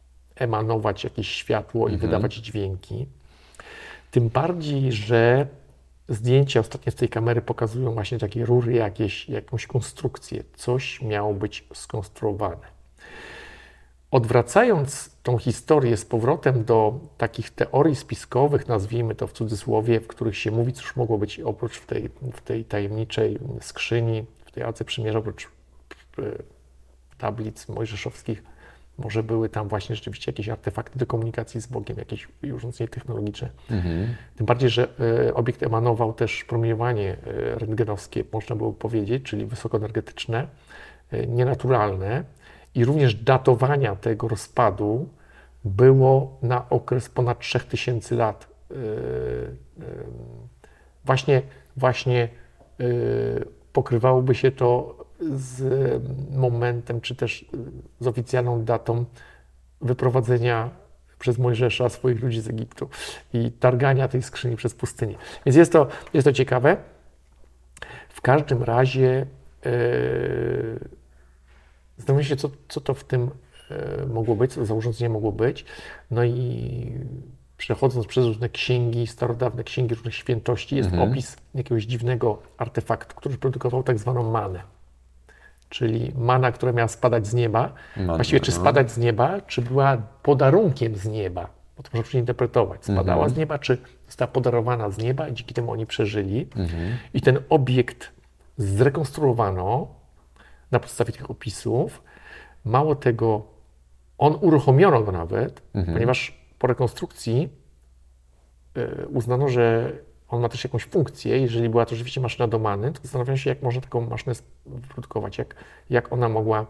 emanować jakieś światło i Mhm. wydawać dźwięki. Tym bardziej, że zdjęcia ostatnie z tej kamery pokazują właśnie takie rury, jakieś, jakąś konstrukcję. Coś miało być skonstruowane. Odwracając tą historię z powrotem do takich teorii spiskowych, nazwijmy to w cudzysłowie, w których się mówi, co już mogło być oprócz w tej, w tej tajemniczej skrzyni, w tej Arce Przymierza, oprócz tablic mojżeszowskich, może były tam właśnie rzeczywiście jakieś artefakty do komunikacji z Bogiem, jakieś urządzenie technologiczne. Mhm. Tym bardziej, że y, obiekt emanował też promieniowanie y, rentgenowskie, można było powiedzieć, czyli wysokoenergetyczne, y, nienaturalne. I również datowania tego rozpadu było na okres ponad trzech tysięcy lat. Yy, yy, właśnie właśnie yy, pokrywałoby się to z momentem, czy też z oficjalną datą wyprowadzenia przez Mojżesza swoich ludzi z Egiptu i targania tej skrzyni przez pustynię. Więc jest to, jest to ciekawe. W każdym razie yy, zastanawiam się, co, co to w tym e, mogło być, co za urządzenie mogło być. No i przechodząc przez różne księgi, starodawne księgi różnych świętości, jest Mhm. opis jakiegoś dziwnego artefaktu, który produkował tak zwaną manę. Czyli mana, która miała spadać z nieba. Manna, Właściwie czy no. spadać z nieba, czy była podarunkiem z nieba. Bo to można różnie interpretować. Spadała Mhm. z nieba, czy została podarowana z nieba i dzięki temu oni przeżyli. Mhm. I ten obiekt zrekonstruowano na podstawie tych opisów. Mało tego, on uruchomiono go nawet, Mhm. ponieważ po rekonstrukcji y, uznano, że on ma też jakąś funkcję. Jeżeli była to rzeczywiście maszyna do many, to zastanawiam się, jak można taką maszynę wyprodukować, jak, jak ona mogła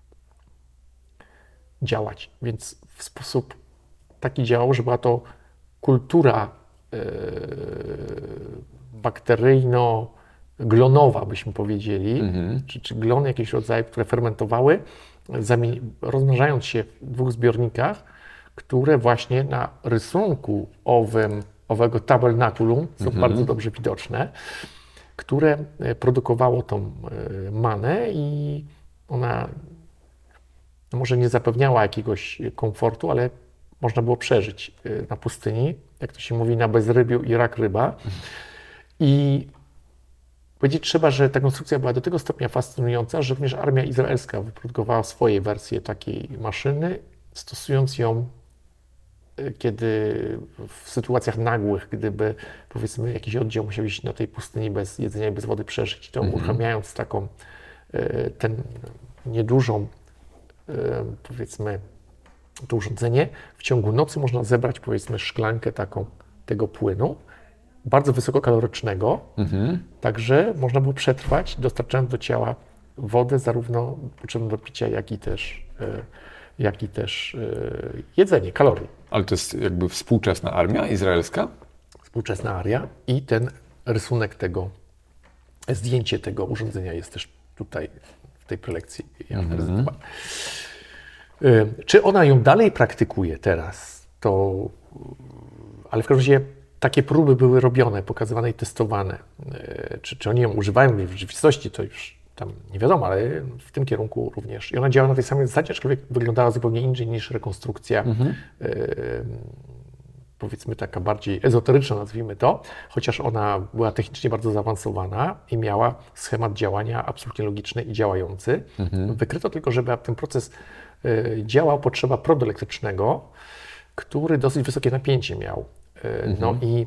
działać. Więc w sposób taki działał, że była to kultura y, bakteryjno glonowa, byśmy powiedzieli, Mhm. czy, czy glony jakiegoś rodzaju, które fermentowały, zami- rozmnażając się w dwóch zbiornikach, które właśnie na rysunku owym, owego tabernakulum są Mhm. bardzo dobrze widoczne, które e, produkowało tą e, manę i ona no może nie zapewniała jakiegoś komfortu, ale można było przeżyć e, na pustyni, jak to się mówi, na bezrybiu i rak ryba. I powiedzieć trzeba, że ta konstrukcja była do tego stopnia fascynująca, że również armia izraelska wyprodukowała swoje wersje takiej maszyny, stosując ją, kiedy w sytuacjach nagłych, gdyby powiedzmy jakiś oddział musiał iść na tej pustyni bez jedzenia i bez wody przeżyć, to Mhm. uruchamiając taką, ten niedużą, powiedzmy, to urządzenie, w ciągu nocy można zebrać powiedzmy szklankę taką tego płynu, bardzo wysokokalorycznego, Mhm. także można było przetrwać, dostarczając do ciała wodę zarówno potrzebną do picia, jak i też, e, jak i też e, jedzenie, kalorii. Ale to jest jakby współczesna armia izraelska? Współczesna aria i ten rysunek tego, zdjęcie tego urządzenia jest też tutaj w tej prelekcji. Ja Mhm. e, Czy ona ją dalej praktykuje teraz? To, ale w każdym razie takie próby były robione, pokazywane i testowane. E, Czy, czy oni ją używają w rzeczywistości, to już tam nie wiadomo, ale w tym kierunku również. I ona działa na tej samej zasadzie, aczkolwiek wyglądała zupełnie inaczej niż rekonstrukcja, Mhm. e, powiedzmy taka bardziej ezoteryczna, nazwijmy to, chociaż ona była technicznie bardzo zaawansowana i miała schemat działania absolutnie logiczny i działający. Mhm. Wykryto tylko, żeby ten proces e, działał, potrzeba prądu elektrycznego, który dosyć wysokie napięcie miał. E, No i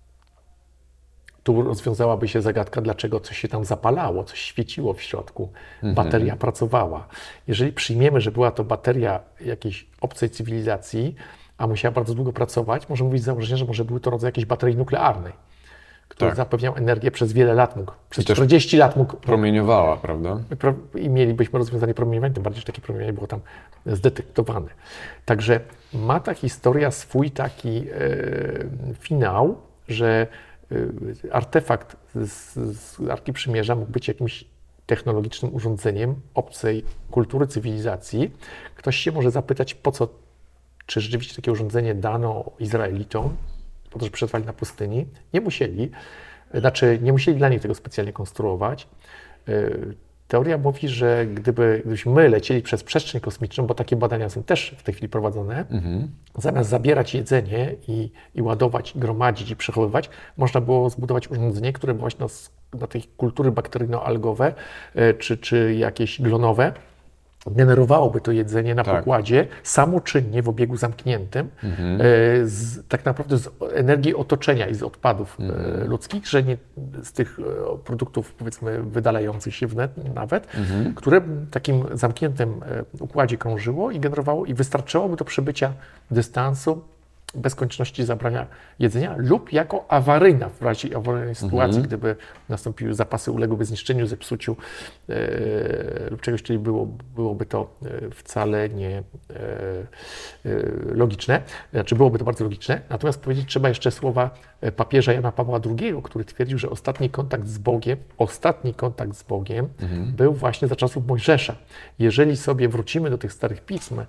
tu rozwiązałaby się zagadka, dlaczego coś się tam zapalało, coś świeciło w środku, bateria pracowała. Jeżeli przyjmiemy, że była to bateria jakiejś obcej cywilizacji, a musiała bardzo długo pracować, możemy mówić z założenia, że może były to rodzaj jakiejś baterii nuklearnej, który Tak. zapewniał energię przez wiele lat mógł, przez I też czterdzieści lat mógł Promieniowała, prawda? i mielibyśmy rozwiązanie promieniowania, tym bardziej, że takie promieniowanie było tam zdetektowane. Także ma ta historia swój taki e, finał, że e, artefakt z, z Arki Przymierza mógł być jakimś technologicznym urządzeniem obcej kultury, cywilizacji. Ktoś się może zapytać, po co, czy rzeczywiście takie urządzenie dano Izraelitom, po to, że przetrwali na pustyni. Nie musieli, znaczy nie musieli dla nich tego specjalnie konstruować. teoria mówi, że gdyby, gdybyśmy my lecieli przez przestrzeń kosmiczną, bo takie badania są też w tej chwili prowadzone, mhm. zamiast zabierać jedzenie i, i ładować, gromadzić i przechowywać, można było zbudować urządzenie, które by właśnie na, na tej kultury bakteryjno-algowe czy, czy jakieś glonowe generowałoby to jedzenie na tak. pokładzie samoczynnie w obiegu zamkniętym, mhm. z, tak naprawdę z energii otoczenia i z odpadów mhm. ludzkich, że nie z tych produktów powiedzmy wydalających się wnet nawet, mhm. które w takim zamkniętym układzie krążyło i generowało i wystarczyłoby do przebycia dystansu bez konieczności zabrania jedzenia lub jako awaryjna w razie awaryjnej sytuacji, mhm. gdyby nastąpiły zapasy, uległyby zniszczeniu, zepsuciu e, lub czegoś, czyli było, byłoby to wcale nie e, e, logiczne, znaczy byłoby to bardzo logiczne. Natomiast powiedzieć trzeba jeszcze słowa papieża Jana Pawła drugiego, który twierdził, że ostatni kontakt z Bogiem, ostatni kontakt z Bogiem mhm. był właśnie za czasów Mojżesza. Jeżeli sobie wrócimy do tych starych pism,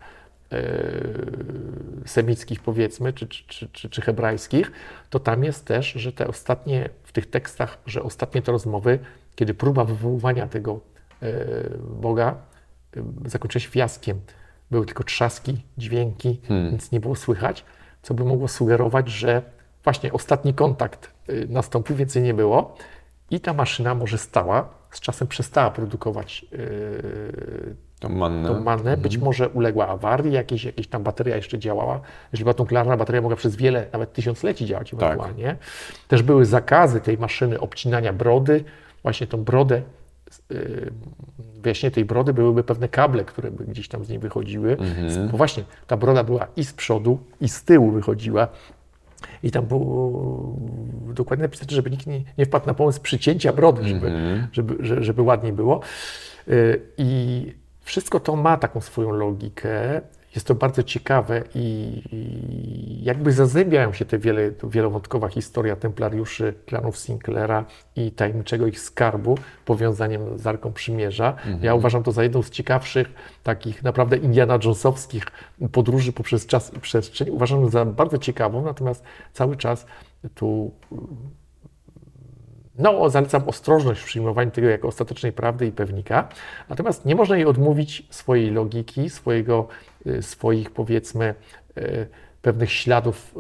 semickich powiedzmy, czy, czy, czy, czy hebrajskich, to tam jest też, że te ostatnie, w tych tekstach, że ostatnie te rozmowy, kiedy próba wywoływania tego Boga zakończyła się fiaskiem. Były tylko trzaski, dźwięki, hmm. nic nie było słychać, co by mogło sugerować, że właśnie ostatni kontakt nastąpił, więcej nie było i ta maszyna może stała, z czasem przestała produkować Tą mannę. Tą mannę. Mhm. Być może uległa awarii, jakieś, jakieś tam bateria jeszcze działała. Jeżeli była nuklearna bateria, mogła przez wiele, nawet tysiącleci działać ewentualnie. Tak. Też były zakazy tej maszyny obcinania brody. Właśnie tą brodę, yy, wyjaśnienie tej brody byłyby pewne kable, które by gdzieś tam z niej wychodziły. Mhm. Bo właśnie ta broda była i z przodu, i z tyłu wychodziła. I tam było dokładnie napisane, żeby nikt nie, nie wpadł na pomysł przycięcia brody, żeby, mhm. żeby, żeby, żeby ładniej było. Yy, I wszystko to ma taką swoją logikę, jest to bardzo ciekawe i, i jakby zazębiają się te wiele, wielowątkowa historia templariuszy, klanów Sinclaira i tajemniczego ich skarbu, powiązaniem z Arką Przymierza. Mhm. Ja uważam to za jedną z ciekawszych, takich naprawdę Indiana Jonesowskich podróży poprzez czas i przestrzeń. Uważam za bardzo ciekawą, natomiast cały czas tu No, zalecam ostrożność w przyjmowaniu tego jako ostatecznej prawdy i pewnika, natomiast nie można jej odmówić swojej logiki, swojego, swoich powiedzmy pewnych śladów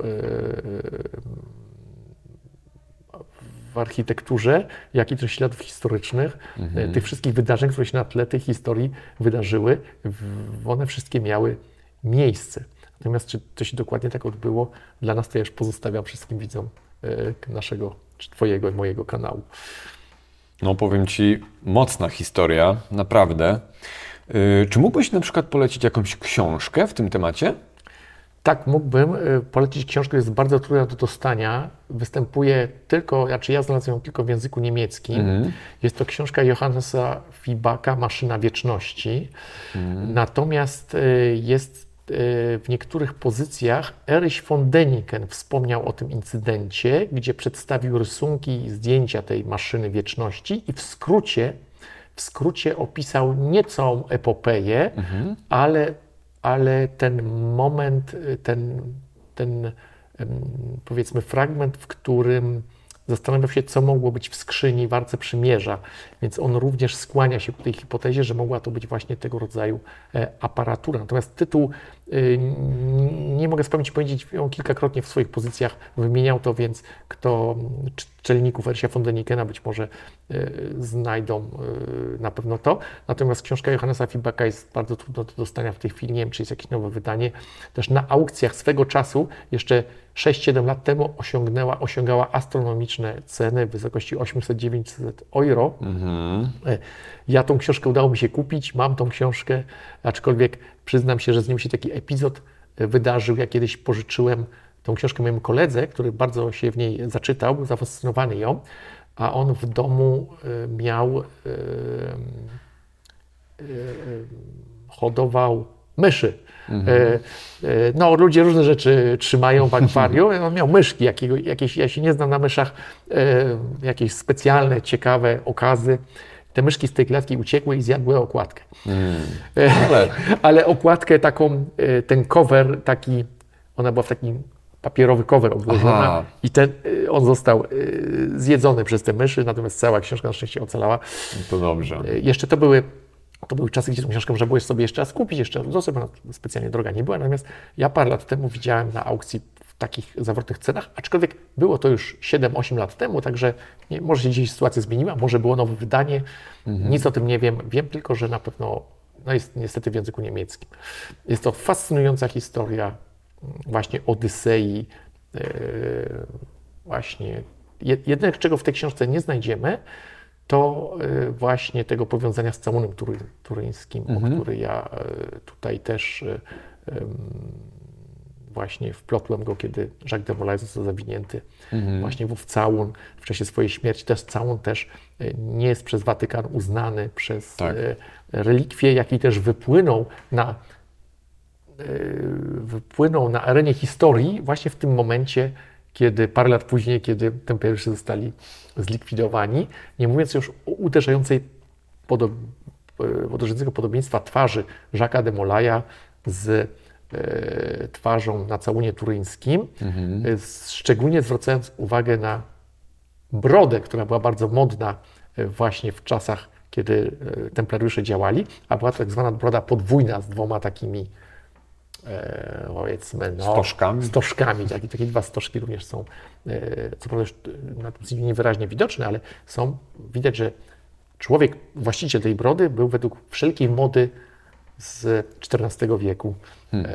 w architekturze, jak i też śladów historycznych, mhm. tych wszystkich wydarzeń, które się na tle tej historii wydarzyły, one wszystkie miały miejsce. Natomiast czy to się dokładnie tak odbyło, dla nas to ja już pozostawiam wszystkim widzom naszego, czy twojego i mojego kanału. No powiem Ci, mocna historia, naprawdę. Yy, czy mógłbyś na przykład polecić jakąś książkę w tym temacie? Tak, mógłbym polecić książkę, która jest bardzo trudna do dostania. Występuje tylko, znaczy ja znalazłem ją tylko w języku niemieckim. Mm. Jest to książka Johannesa Fibaka, Maszyna Wieczności. Mm. Natomiast jest w niektórych pozycjach Erich von Däniken wspomniał o tym incydencie, gdzie przedstawił rysunki i zdjęcia tej maszyny wieczności i w skrócie, w skrócie opisał nie całą epopeję, mhm. ale, ale ten moment, ten, ten powiedzmy fragment, w którym zastanawiał się, co mogło być w skrzyni w Arce Przymierza, więc on również skłania się ku tej hipotezie, że mogła to być właśnie tego rodzaju aparatura. Natomiast tytuł, nie mogę z pamięci powiedzieć, ją kilkakrotnie w swoich pozycjach wymieniał to, więc kto czytelników Ericha von Dänikena być może znajdą na pewno to. Natomiast książka Johannesa Fibaka jest bardzo trudna do dostania w tej chwili, nie wiem, czy jest jakieś nowe wydanie. Też na aukcjach swego czasu, jeszcze sześć siedem lat temu osiągnęła, osiągała astronomiczne ceny w wysokości osiemset dziewięćset euro. Mhm. Ja tą książkę udało mi się kupić, mam tą książkę, aczkolwiek przyznam się, że z nią się taki epizod wydarzył. Ja kiedyś pożyczyłem tą książkę mojemu koledze, który bardzo się w niej zaczytał, był zafascynowany ją, a on w domu miał, hodował myszy. Mhm. No, ludzie różne rzeczy trzymają w akwarium. On miał myszki, jakiego, jakieś, ja się nie znam na myszach, jakieś specjalne, ciekawe okazy. Te myszki z tej klatki uciekły i zjadły okładkę. Mm. Ale... Ale okładkę taką, ten cover taki, ona była w takim papierowy cover odłożona Aha. i ten, on został zjedzony przez te myszy, natomiast cała książka na szczęście ocalała. To dobrze. Jeszcze to były, to były czasy, gdzie tą książkę można było sobie jeszcze raz kupić, jeszcze dostęp, ona specjalnie droga nie była, natomiast ja parę lat temu widziałem na aukcji w takich zawrotnych cenach, aczkolwiek było to już siedem osiem lat temu, także nie, może się dzisiaj sytuacja zmieniła, może było nowe wydanie, mhm. nic o tym nie wiem, wiem tylko, że na pewno no jest niestety w języku niemieckim. Jest to fascynująca historia właśnie Odysei, yy, właśnie jednego, czego w tej książce nie znajdziemy, to yy, właśnie tego powiązania z całunem tury, turyńskim, mhm. o który ja yy, tutaj też yy, yy, właśnie wplotłem go, kiedy Jacques de Molay został zawinięty mhm. właśnie w całun w czasie swojej śmierci. Też całun też nie jest przez Watykan uznany przez tak. relikwie, jaki też wypłynął na, wypłynął na arenie historii właśnie w tym momencie, kiedy parę lat później, kiedy templariusze zostali zlikwidowani. Nie mówiąc już o uderzającej podob, uderzającego podobieństwa twarzy Jacques'a de Molaya z twarzą na całunie turyńskim, mhm. szczególnie zwracając uwagę na brodę, która była bardzo modna właśnie w czasach, kiedy templariusze działali, a była to tak zwana broda podwójna z dwoma takimi e, powiedzmy no, stożkami. stożkami. Takie, takie dwa stożki również są, e, co prawda już na tym zdjęciu niewyraźnie widoczne, ale są, widać, że człowiek, właściciel tej brody był według wszelkiej mody z czternastego wieku. Hmm.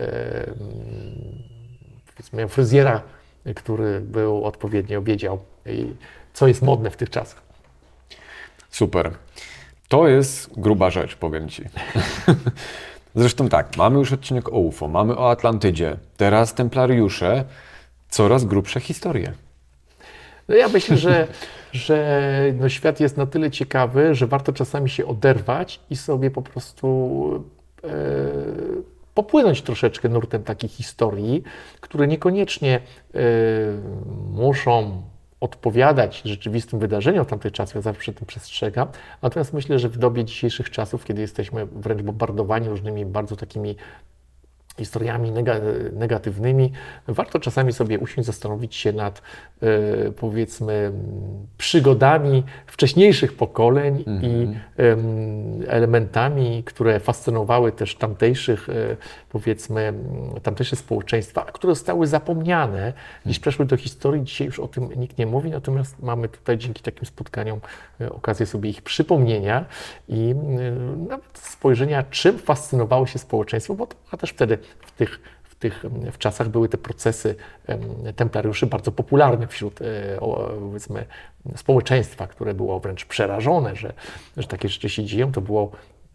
E, miał fryzjera, który był odpowiednio wiedział, co jest modne w tych czasach. Super. To jest gruba rzecz, powiem Ci. Zresztą tak, mamy już odcinek o U F O, mamy o Atlantydzie, teraz templariusze, coraz grubsze historie. No ja myślę, że, że no świat jest na tyle ciekawy, że warto czasami się oderwać i sobie po prostu e, popłynąć troszeczkę nurtem takich historii, które niekoniecznie e, muszą odpowiadać rzeczywistym wydarzeniom w tamtych czasach, ja zawsze przed tym przestrzegam. Natomiast myślę, że w dobie dzisiejszych czasów, kiedy jesteśmy wręcz bombardowani różnymi bardzo takimi historiami negatywnymi, warto czasami sobie usiąść, zastanowić się nad e, powiedzmy przygodami wcześniejszych pokoleń mm-hmm. i e, elementami, które fascynowały też tamtejszych e, powiedzmy tamtejsze społeczeństwa, które zostały zapomniane, gdzieś przeszły do historii, dzisiaj już o tym nikt nie mówi, natomiast mamy tutaj dzięki takim spotkaniom e, okazję sobie ich przypomnienia i e, nawet spojrzenia, czym fascynowało się społeczeństwo, bo to a też wtedy w tych, w tych w czasach były te procesy templariuszy bardzo popularne wśród powiedzmy, społeczeństwa, które było wręcz przerażone, że, że takie rzeczy się dzieją. To było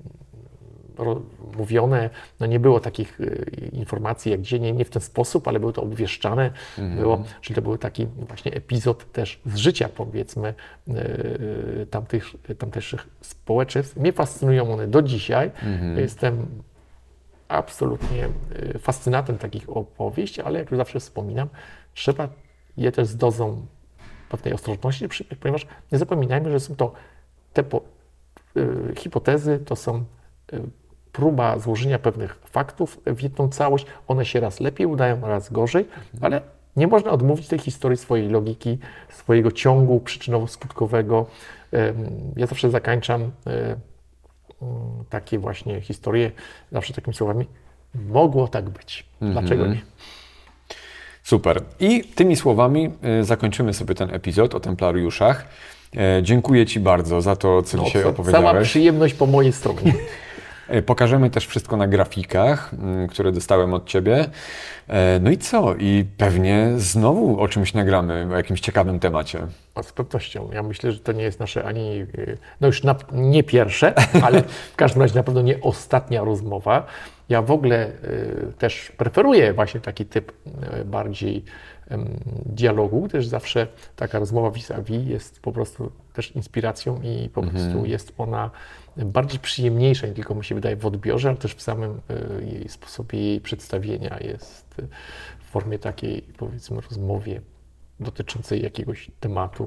mówione, no nie było takich informacji jak dzisiaj, nie, nie w ten sposób, ale było to obwieszczane, mm-hmm. było, czyli to był taki właśnie epizod też z życia, powiedzmy, tamtych, tamtejszych społeczeństw. Mnie fascynują one do dzisiaj. Mm-hmm. Jestem absolutnie fascynatem takich opowieści, ale jak już zawsze wspominam, trzeba je też z dozą pewnej ostrożności, ponieważ nie zapominajmy, że są to te po, y, hipotezy, to są y, próba złożenia pewnych faktów w jedną całość. One się raz lepiej udają, raz gorzej, ale nie można odmówić tej historii swojej logiki, swojego ciągu przyczynowo-skutkowego. Y, ja zawsze zakańczam y, takie właśnie historie, zawsze takimi słowami, mogło tak być. Dlaczego mm-hmm. nie? Super. I tymi słowami y, zakończymy sobie ten epizod o templariuszach. E, dziękuję Ci bardzo za to, co no, dzisiaj co, opowiedziałeś. Cała przyjemność po mojej stronie. Pokażemy też wszystko na grafikach, które dostałem od Ciebie. No i co? I pewnie znowu o czymś nagramy, o jakimś ciekawym temacie. Z pewnością. Ja myślę, że to nie jest nasze ani, no już na, nie pierwsze, ale w każdym razie na pewno nie ostatnia rozmowa. Ja w ogóle y, też preferuję właśnie taki typ y, bardziej y, dialogu, gdyż zawsze taka rozmowa vis-a-vis jest po prostu też inspiracją i po prostu mm-hmm. jest ona bardziej przyjemniejsza, nie tylko mi się wydaje w odbiorze, ale też w samym y, jej sposobie jej przedstawienia jest w formie takiej, powiedzmy, rozmowie dotyczącej jakiegoś tematu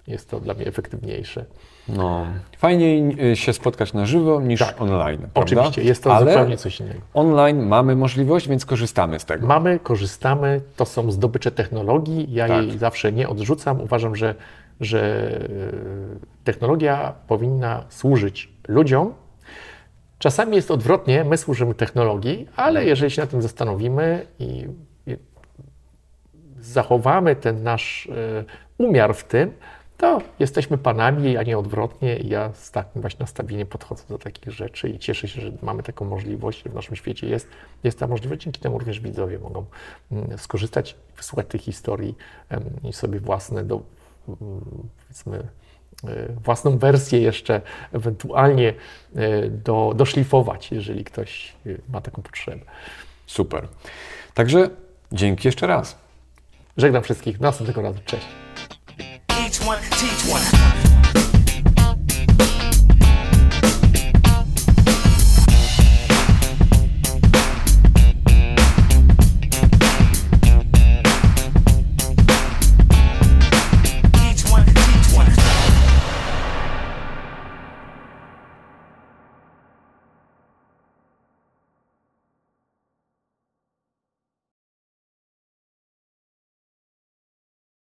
jest to dla mnie efektywniejsze. No, fajniej się spotkać na żywo niż Tak, online, prawda? Oczywiście, jest to Ale zupełnie coś innego. online mamy możliwość, więc korzystamy z tego. Mamy, korzystamy, to są zdobycze technologii, ja Tak. jej zawsze nie odrzucam. Uważam, że, że technologia powinna służyć ludziom. Czasami jest odwrotnie, my służymy technologii, ale jeżeli się nad tym zastanowimy i, i zachowamy ten nasz y, umiar w tym, to jesteśmy panami, a nie odwrotnie. I ja z takim właśnie nastawieniem podchodzę do takich rzeczy i cieszę się, że mamy taką możliwość, że w naszym świecie jest, jest ta możliwość. Dzięki temu również widzowie mogą mm, skorzystać, wysłuchać tych historii em, i sobie własne, do, mm, powiedzmy, y, własną wersję jeszcze ewentualnie y, do, doszlifować, jeżeli ktoś y, ma taką potrzebę. Super. Także dzięki jeszcze raz. Żegnam wszystkich. Do następnego razu. Cześć. Each one, teach one.